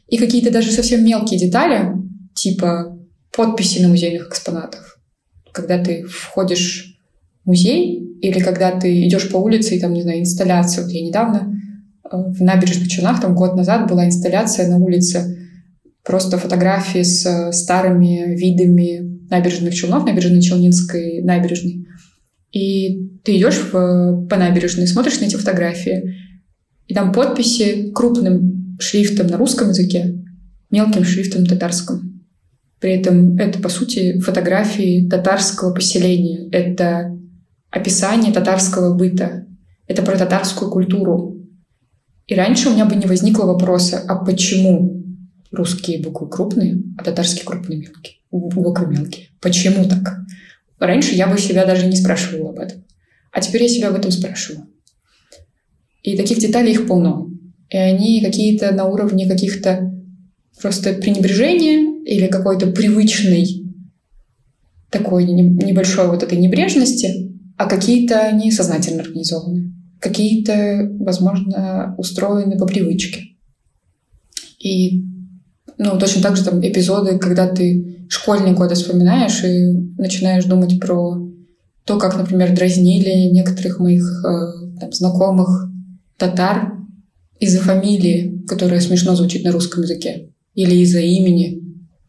и какие-то даже совсем мелкие детали, типа подписи на музейных экспонатах. Когда ты входишь в музей или когда ты идешь по улице и там, не знаю, инсталляция. Вот я недавно в Набережных Челнах, там год назад была инсталляция на улице, просто фотографии с старыми видами Набережных Челнов, Набережно-Челнинской набережной. И ты идешь в, по набережной, смотришь на эти фотографии, и там подписи крупным шрифтом на русском языке, мелким шрифтом на татарском. При этом это, по сути, фотографии татарского поселения. Это описание татарского быта. Это про татарскую культуру. И раньше у меня бы не возникло вопроса, а почему русские буквы крупные, а татарские крупные мелкие, буквы мелкие? Почему так? Раньше я бы себя даже не спрашивала об этом. А теперь я себя об этом спрашиваю. И таких деталей их полно. И они какие-то на уровне каких-то просто пренебрежения или какой-то привычной такой небольшой вот этой небрежности, а какие-то они сознательно организованы. Какие-то, возможно, устроены по привычке. И ну, точно так же там эпизоды, когда ты школьные годы вспоминаешь и начинаешь думать про то, как, например, дразнили некоторых моих э, там, знакомых татар из-за фамилии, которая смешно звучит на русском языке, или из-за имени.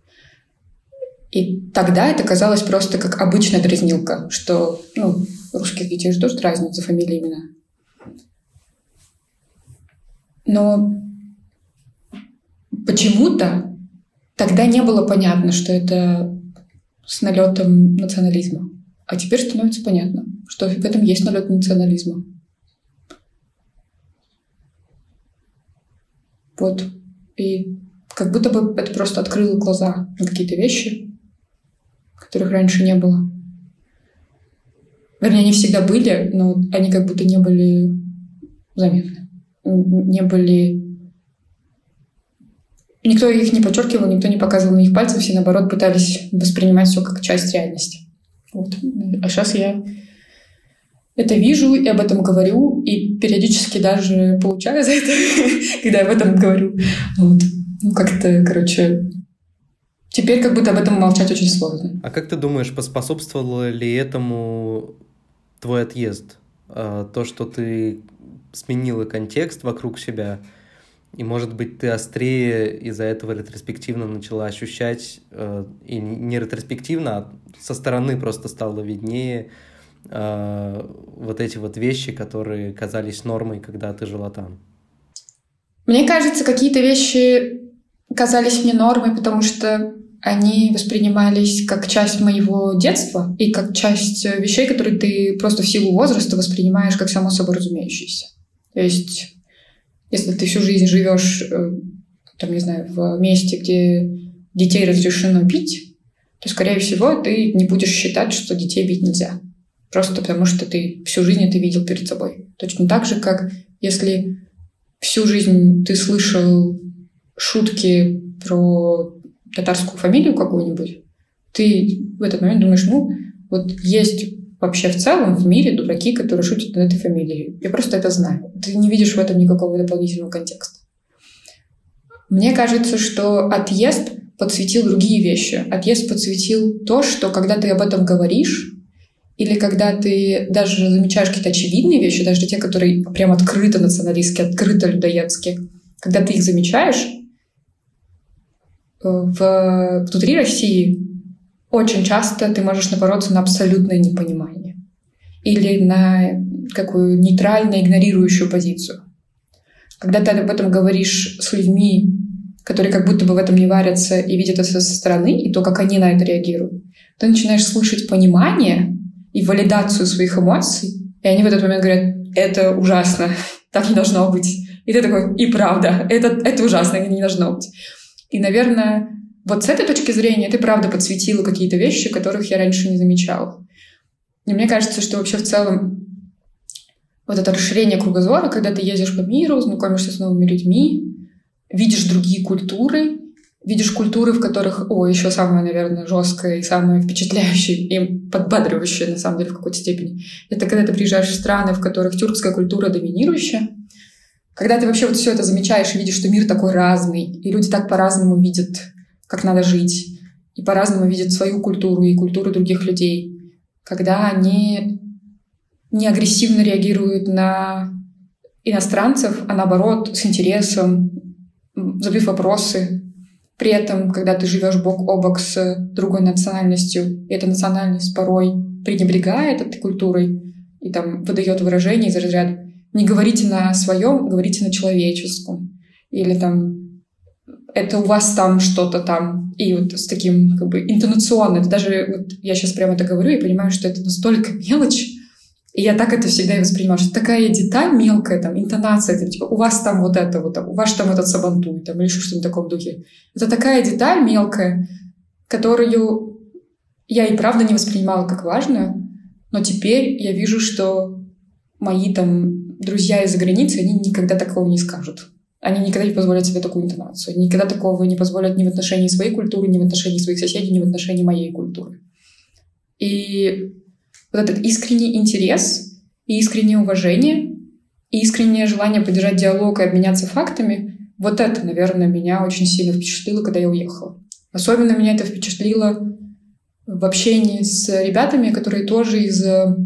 И тогда это казалось просто как обычная дразнилка, что ну, русских детей же тоже дразнят за фамилии и имена. Но почему-то тогда не было понятно, что это с налетом национализма. А теперь становится понятно, что в этом есть налет национализма. Вот. И как будто бы это просто открыло глаза на какие-то вещи, которых раньше не было. Вернее, они всегда были, но они как будто не были заметны. Не были... Никто их не подчеркивал, никто не показывал на них пальцев, все, наоборот, пытались воспринимать все как часть реальности. Вот. А сейчас я это вижу и об этом говорю, и периодически даже получаю за это, когда я об этом говорю. Вот. Ну, как-то, короче... Теперь как будто об этом молчать очень сложно. А как ты думаешь, поспособствовало ли этому твой отъезд? То, что ты сменила контекст вокруг себя, и, может быть, ты острее из-за этого ретроспективно начала ощущать, и не ретроспективно, а со стороны просто стало виднее вот эти вот вещи, которые казались нормой, когда ты жила там? Мне кажется, какие-то вещи казались мне нормой, потому что они воспринимались как часть моего детства и как часть вещей, которые ты просто в силу возраста воспринимаешь как само собой разумеющиеся. То есть, если ты всю жизнь живешь, там, не знаю, в месте, где детей разрешено бить, то, скорее всего, ты не будешь считать, что детей бить нельзя. Просто потому, что ты всю жизнь это видел перед собой. Точно так же, как если всю жизнь ты слышал шутки про татарскую фамилию какую-нибудь, ты в этот момент думаешь, ну, вот есть вообще в целом в мире дураки, которые шутят над этой фамилией. Я просто это знаю. Ты не видишь в этом никакого дополнительного контекста. Мне кажется, что отъезд подсветил другие вещи. Отъезд подсветил то, что когда ты об этом говоришь, или когда ты даже замечаешь какие-то очевидные вещи, даже те, которые прям открыто националистские, открыто людоедские, когда ты их замечаешь, в, внутри России очень часто ты можешь напороться на абсолютное непонимание или на какую нейтрально игнорирующую позицию. Когда ты об этом говоришь с людьми, которые как будто бы в этом не варятся и видят это со стороны, и то, как они на это реагируют, ты начинаешь слышать понимание и валидацию своих эмоций, и они в этот момент говорят, это ужасно, так не должно быть. И ты такой, и правда, это, это ужасно, не должно быть. И, наверное, вот с этой точки зрения ты, правда, подсветила какие-то вещи, которых я раньше не замечала. И мне кажется, что вообще в целом вот это расширение кругозора, когда ты ездишь по миру, знакомишься с новыми людьми, видишь другие культуры, видишь культуры, в которых, о, еще самое, наверное, жесткое и самое впечатляющее и подбадривающее, на самом деле, в какой-то степени. Это когда ты приезжаешь в страны, в которых тюркская культура доминирующая, Когда ты вообще вот все это замечаешь и видишь, что мир такой разный, и люди так по-разному видят, как надо жить, и по-разному видят свою культуру и культуру других людей, когда они не агрессивно реагируют на иностранцев, а наоборот, с интересом, задают вопросы. При этом, когда ты живешь бок о бок с другой национальностью, и эта национальность порой пренебрегает этой культурой и там выдает выражение из разряда «не говорите на своем, говорите на человеческом». Или там «это у вас там что-то там». И вот с таким как бы интонационно. Это даже вот я сейчас прямо это говорю и понимаю, что это настолько мелочь. И я так это всегда и воспринимаю, что такая деталь мелкая, там, интонация, это, типа, у вас там вот это вот, там, у вас там этот сабантуй, там, или еще что-то в таком духе. Это такая деталь мелкая, которую я и правда не воспринимала как важную, но теперь я вижу, что мои там друзья из-за границы, они никогда такого не скажут. Они никогда не позволят себе такую интонацию. Они никогда такого не позволят ни в отношении своей культуры, ни в отношении своих соседей, ни в отношении моей культуры. И вот этот искренний интерес и искреннее уважение, и искреннее желание поддержать диалог и обменяться фактами, вот это, наверное, меня очень сильно впечатлило, когда я уехала. Особенно меня это впечатлило в общении с ребятами, которые тоже из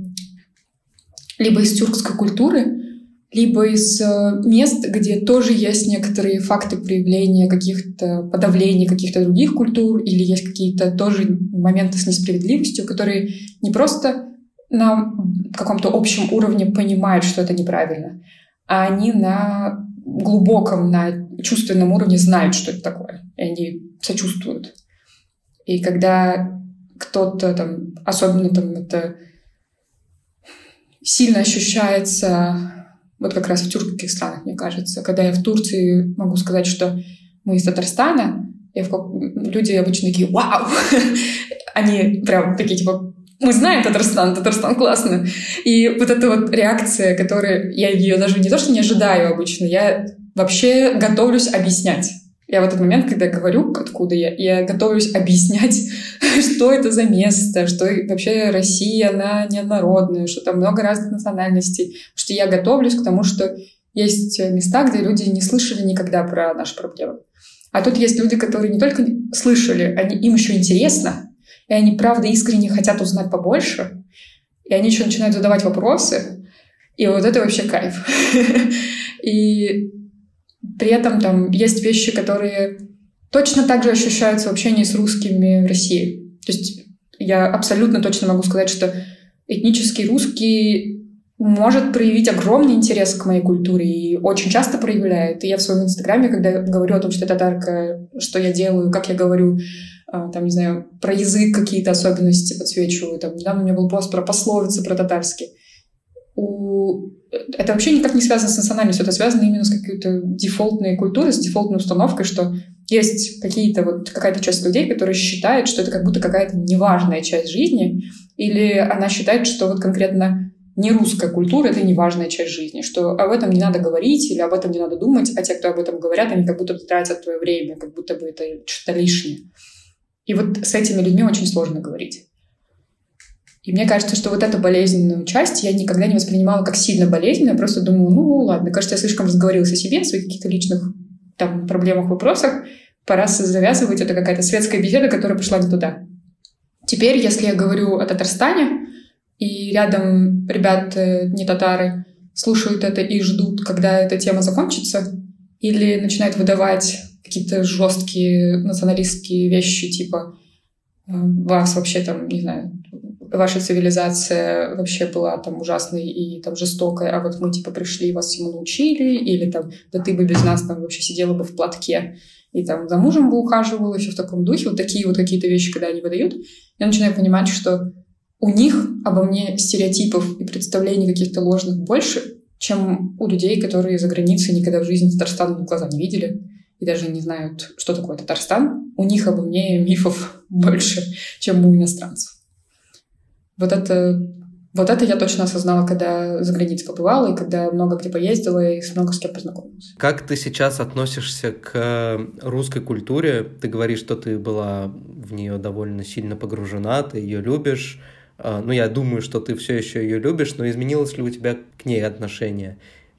либо из тюркской культуры, либо из мест, где тоже есть некоторые факты проявления каких-то подавлений каких-то других культур, или есть какие-то тоже моменты с несправедливостью, которые не просто на каком-то общем уровне понимают, что это неправильно, а они на глубоком, на чувственном уровне знают, что это такое, и они сочувствуют. И когда кто-то там, особенно там это сильно ощущается вот как раз в тюркских странах, мне кажется. Когда я в Турции могу сказать, что мы из Татарстана, я в... люди обычно такие «Вау!» Они прям такие типа «Мы знаем Татарстан, Татарстан классно!» И вот эта вот реакция, которая... Я ее даже не то, что не ожидаю обычно, я вообще готовлюсь объяснять. Я в этот момент, когда я говорю, откуда я, я готовлюсь объяснять, что это за место, что вообще Россия, она неоднородная, что там много разных национальностей, что я готовлюсь к тому, что есть места, где люди не слышали никогда про наши проблемы. А тут есть люди, которые не только слышали, они, им еще интересно, и они, правда, искренне хотят узнать побольше, и они еще начинают задавать вопросы, и вот это вообще кайф. И при этом там есть вещи, которые точно так же ощущаются в общении с русскими в России. То есть я абсолютно точно могу сказать, что этнический русский может проявить огромный интерес к моей культуре и очень часто проявляет. И я в своем инстаграме, когда говорю о том, что я татарка, что я делаю, как я говорю, там, не знаю, про язык какие-то особенности подсвечиваю. Там, недавно у меня был пост про пословицы, про татарский. У... Это вообще никак не связано с национальностью, это связано именно с какой-то дефолтной культурой, с дефолтной установкой, что есть какие-то вот какая-то часть людей, которые считают, что это как будто какая-то неважная часть жизни, или она считает, что вот конкретно не русская культура — это неважная часть жизни, что об этом не надо говорить или об этом не надо думать, а те, кто об этом говорят, они как будто бы тратят твое время, как будто бы это что-то лишнее. И вот с этими людьми очень сложно говорить. И мне кажется, что вот эту болезненную часть я никогда не воспринимала как сильно болезненную, я просто думала, ну ладно, кажется, я слишком разговорилась о себе, о своих каких-то личных там проблемах, вопросах, пора завязывать, это какая-то светская беседа, которая пошла не туда. Теперь, если я говорю о Татарстане, и рядом ребята, не татары, слушают это и ждут, когда эта тема закончится, или начинают выдавать какие-то жесткие националистские вещи, типа вас вообще там, не знаю, ваша цивилизация вообще была там ужасной и там жестокой, а вот мы типа пришли и вас всему научили, или там, да ты бы без нас там вообще сидела бы в платке и там за мужем бы ухаживала, еще в таком духе. Вот такие вот какие-то вещи, когда они выдают, я начинаю понимать, что у них обо мне стереотипов и представлений каких-то ложных больше, чем у людей, которые за границей никогда в жизни Татарстан в глаза не видели и даже не знают, что такое Татарстан. У них обо мне мифов больше, чем у иностранцев. Вот это, вот это я точно осознала, когда за границей побывала, и когда много где поездила, и много с кем познакомилась. Как ты сейчас относишься к русской культуре? Ты говоришь, что ты была в нее довольно сильно погружена, ты ее любишь. Ну, я думаю, что ты все еще ее любишь, но изменилось ли у тебя к ней отношение?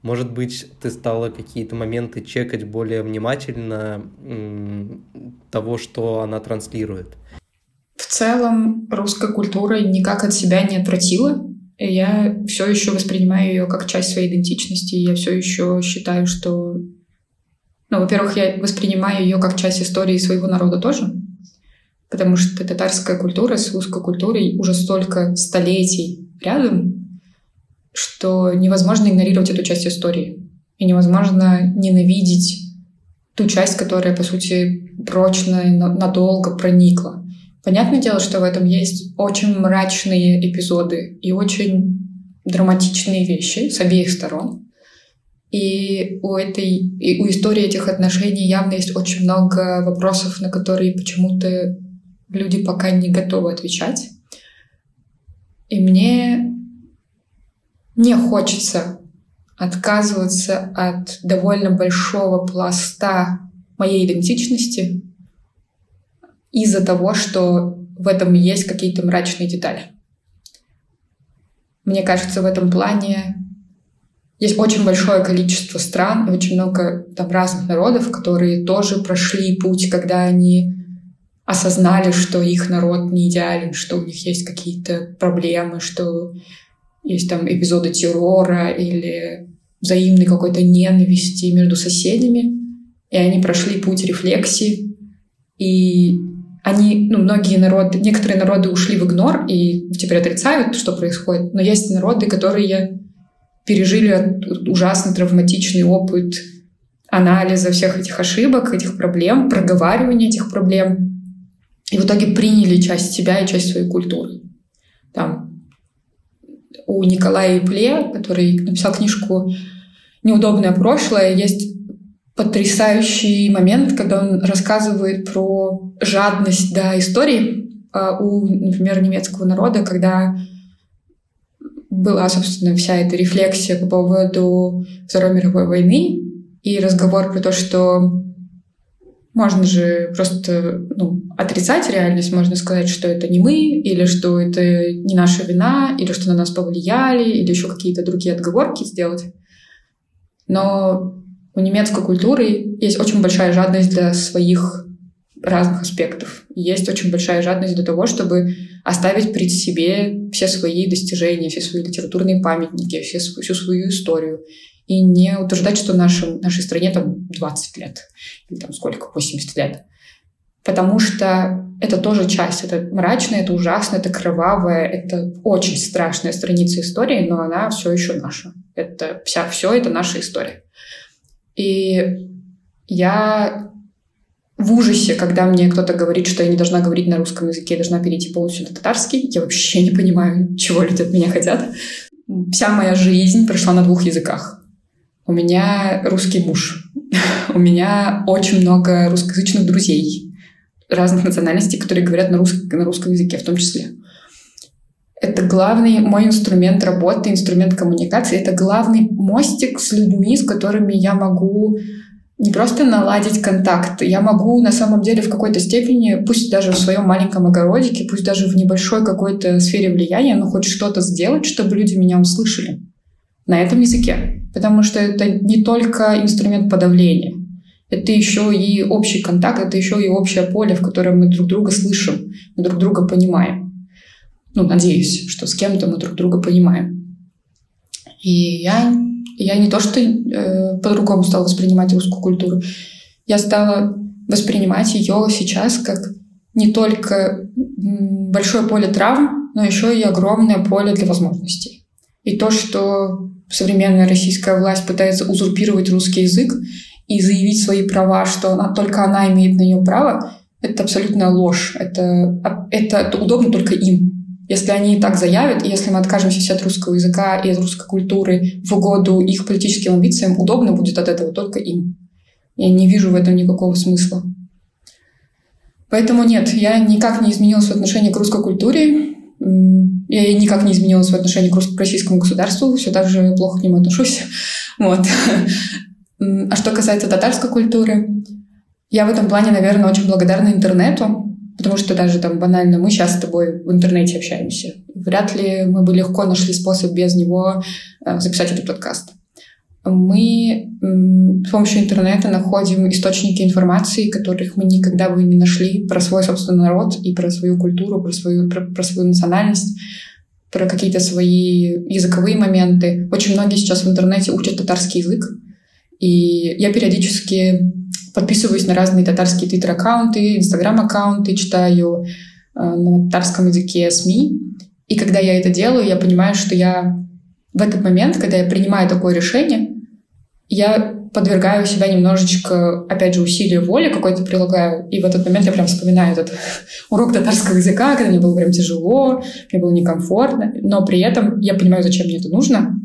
Может быть, ты стала какие-то моменты чекать более внимательно того, что она транслирует? В целом, русская культура никак от себя не отвратила. И я все еще воспринимаю ее как часть своей идентичности. Я все еще считаю, что... Ну, во-первых, я воспринимаю ее как часть истории своего народа тоже, потому что татарская культура с русской культурой уже столько столетий рядом, что невозможно игнорировать эту часть истории. И невозможно ненавидеть ту часть, которая, по сути, прочно и надолго проникла. Понятное дело, что в этом есть очень мрачные эпизоды и очень драматичные вещи с обеих сторон. И у, этой, и у истории этих отношений явно есть очень много вопросов, на которые почему-то люди пока не готовы отвечать. И мне не хочется отказываться от довольно большого пласта моей идентичности из-за того, что в этом есть какие-то мрачные детали. Мне кажется, в этом плане есть очень большое количество стран и очень много там разных народов, которые тоже прошли путь, когда они осознали, что их народ не идеален, что у них есть какие-то проблемы, что есть там эпизоды террора или взаимной какой-то ненависти между соседями, и они прошли путь рефлексии, и они, ну, многие народы, некоторые народы ушли в игнор и теперь отрицают, что происходит, но есть народы, которые пережили ужасный травматичный опыт анализа всех этих ошибок, этих проблем, проговаривания этих проблем, и в итоге приняли часть себя и часть своей культуры. Там у Николая Ипле, который написал книжку «Неудобное прошлое», есть потрясающий момент, когда он рассказывает про жадность до истории у, например, немецкого народа, когда была, собственно, вся эта рефлексия по поводу Второй мировой войны и разговор про то, что можно же просто ну, отрицать реальность, можно сказать, что это не мы, или что это не наша вина, или что на нас повлияли, или еще какие-то другие отговорки сделать. Но у немецкой культуры есть очень большая жадность для своих разных аспектов. Есть очень большая жадность для того, чтобы оставить при себе все свои достижения, все свои литературные памятники, все, всю свою историю. И не утверждать, что нашим, нашей стране там двадцать лет, или там сколько, восемьдесят лет. Потому что это тоже часть, это мрачное, это ужасно, это кровавое, это очень страшная страница истории, но она все еще наша. Это вся, все это наша история. И я в ужасе, когда мне кто-то говорит, что я не должна говорить на русском языке, я должна перейти полностью на татарский. Я вообще не понимаю, чего люди от меня хотят. Вся моя жизнь прошла на двух языках. У меня русский муж. У меня очень много русскоязычных друзей разных национальностей, которые говорят на, рус... на русском языке в том числе. Это главный мой инструмент работы, инструмент коммуникации. Это главный мостик с людьми, с которыми я могу не просто наладить контакт. Я могу на самом деле в какой-то степени, пусть даже в своем маленьком огородике, пусть даже в небольшой какой-то сфере влияния, но хоть что-то сделать, чтобы люди меня услышали на этом языке. Потому что это не только инструмент подавления. Это еще и общий контакт, это еще и общее поле, в котором мы друг друга слышим, мы друг друга понимаем. Ну, надеюсь, что с кем-то мы друг друга понимаем. И я, я не то что э, по-другому стала воспринимать русскую культуру, я стала воспринимать ее сейчас как не только большое поле травм, но еще и огромное поле для возможностей. И то, что современная российская власть пытается узурпировать русский язык и заявить свои права, что она, только она имеет на нее право, это абсолютная ложь. Это, это, это удобно только им. Если они и так заявят, и если мы откажемся все от русского языка и от русской культуры в угоду их политическим амбициям, удобно будет от этого только им. Я не вижу в этом никакого смысла. Поэтому нет, я никак не изменилась в отношении к русской культуре, я никак не изменилась в отношении к российскому государству, все так же плохо к нему отношусь. Вот. А что касается татарской культуры, я в этом плане, наверное, очень благодарна интернету, потому что даже там банально мы сейчас с тобой в интернете общаемся. Вряд ли мы бы легко нашли способ без него записать этот подкаст. мы с помощью интернета находим источники информации, которых мы никогда бы не нашли про свой собственный народ и про свою культуру, про свою, про, про свою национальность, про какие-то свои языковые моменты. Очень многие сейчас в интернете учат татарский язык, и я периодически подписываюсь на разные татарские твиттер-аккаунты, инстаграм-аккаунты, читаю э, на татарском языке СМИ. И когда я это делаю, я понимаю, что я в этот момент, когда я принимаю такое решение, я подвергаю себя немножечко, опять же, усилию воли какой-то прилагаю. И в этот момент я прям вспоминаю этот урок татарского языка, когда мне было прям тяжело, мне было некомфортно. Но при этом я понимаю, зачем мне это нужно.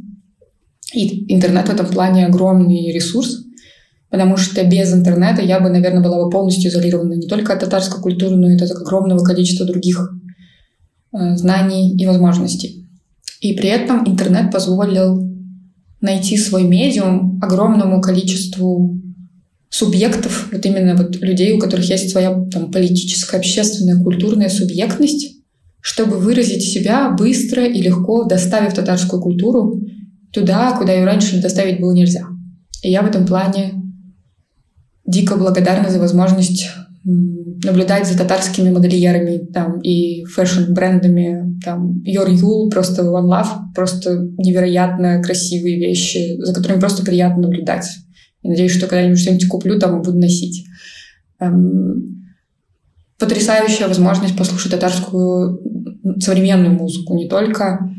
И интернет в этом плане огромный ресурс. Потому что без интернета я бы, наверное, была бы полностью изолирована не только от татарской культуры, но и от огромного количества других э, знаний и возможностей. И при этом интернет позволил найти свой медиум огромному количеству субъектов, вот именно вот людей, у которых есть своя там, политическая, общественная, культурная субъектность, чтобы выразить себя быстро и легко, доставив татарскую культуру туда, куда ее раньше доставить было нельзя. И я в этом плане дико благодарна за возможность наблюдать за татарскими модельерами там, и фэшн-брендами. Там, Your Yul, просто One Love, просто невероятно красивые вещи, за которыми просто приятно наблюдать. И надеюсь, что когда-нибудь что-нибудь куплю там и буду носить. Эм, потрясающая возможность послушать татарскую современную музыку, не только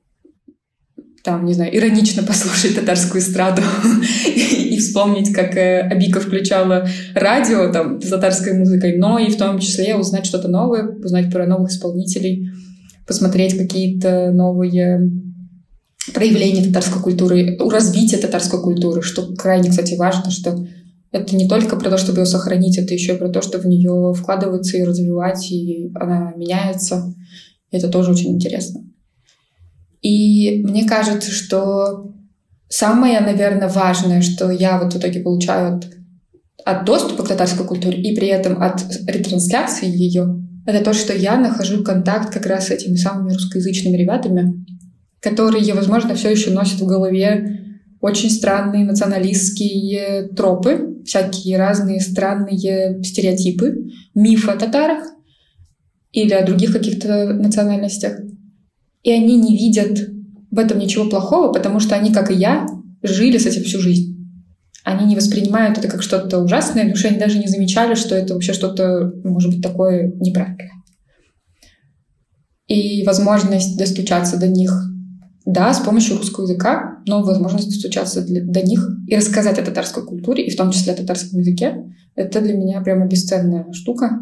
там, не знаю, иронично послушать татарскую эстраду и вспомнить, как Абика включала радио там, с татарской музыкой, но и в том числе узнать что-то новое, узнать про новых исполнителей, посмотреть какие-то новые проявления татарской культуры, развитие татарской культуры, что крайне, кстати, важно, что это не только про то, чтобы ее сохранить, это еще и про то, чтобы в нее вкладываться и развивать, и она меняется. И это тоже очень интересно. И мне кажется, что самое, наверное, важное, что я вот в итоге получаю от, от доступа к татарской культуре и при этом от ретрансляции ее, это то, что я нахожу контакт как раз с этими самыми русскоязычными ребятами, которые, возможно, все еще носят в голове очень странные националистские тропы, всякие разные странные стереотипы, мифы о татарах или о других каких-то национальностях. И они не видят в этом ничего плохого, потому что они, как и я, жили с этим всю жизнь. Они не воспринимают это как что-то ужасное, потому что они даже не замечали, что это вообще что-то, может быть, такое неправильное. И возможность достучаться до них, да, с помощью русского языка, но возможность достучаться для, до них и рассказать о татарской культуре, и в том числе о татарском языке, это для меня прямо бесценная штука.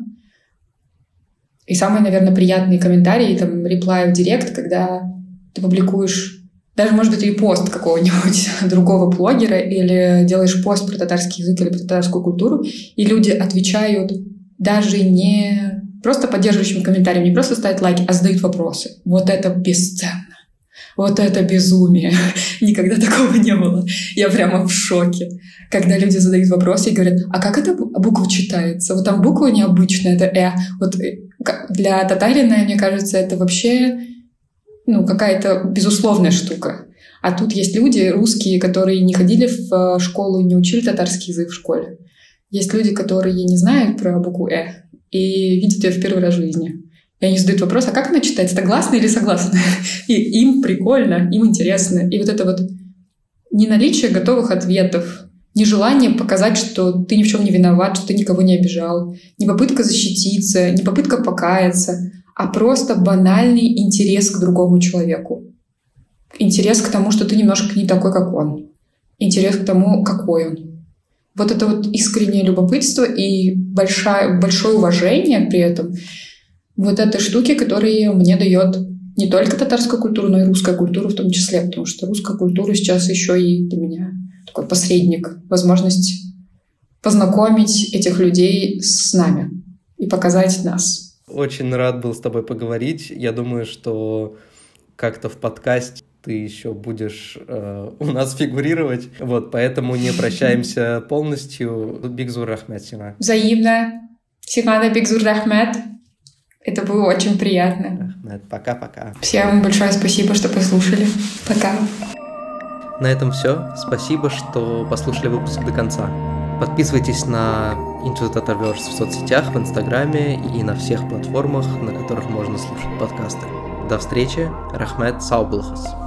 И самые, наверное, приятные комментарии, там, реплай в директ, когда ты публикуешь даже, может быть, репост какого-нибудь другого блогера или делаешь пост про татарский язык или про татарскую культуру, и люди отвечают даже не просто поддерживающими комментариями, не просто ставят лайки, а задают вопросы. Вот это бесценно. Вот это безумие. Никогда такого не было. Я прямо в шоке. Когда люди задают вопросы и говорят, а как эта буква читается? Вот там буква необычная, это «э». Вот для татарина, мне кажется, это вообще ну, какая-то безусловная штука. А тут есть люди русские, которые не ходили в школу и не учили татарский язык в школе. Есть люди, которые не знают про букву «э» и видят ее в первый раз в жизни. И они задают вопрос, а как она читается, это гласная или согласная? И им прикольно, им интересно. И вот это вот не наличие готовых ответов, не желание показать, что ты ни в чем не виноват, что ты никого не обижал, не попытка защититься, не попытка покаяться, а просто банальный интерес к другому человеку. Интерес к тому, что ты немножко не такой, как он. Интерес к тому, какой он. Вот это вот искреннее любопытство и большое, большое уважение при этом вот этой штуки, которые мне дает не только татарская культура, но и русская культура в том числе, потому что русская культура сейчас еще и для меня такой посредник, возможность познакомить этих людей с нами и показать нас. Очень рад был с тобой поговорить. Я думаю, что как-то в подкасте ты еще будешь э, у нас фигурировать. Вот, поэтому не прощаемся полностью. Бигзур рахмет, Сима. Взаимно. Сигана бигзур рахмет. Это было очень приятно. Пока-пока. Всем большое спасибо, что послушали. Пока. На этом все. Спасибо, что послушали выпуск до конца. Подписывайтесь на Into the Tatarverse в соцсетях, в Инстаграме и на всех платформах, на которых можно слушать подкасты. До встречи. Рахмет Саубулхас.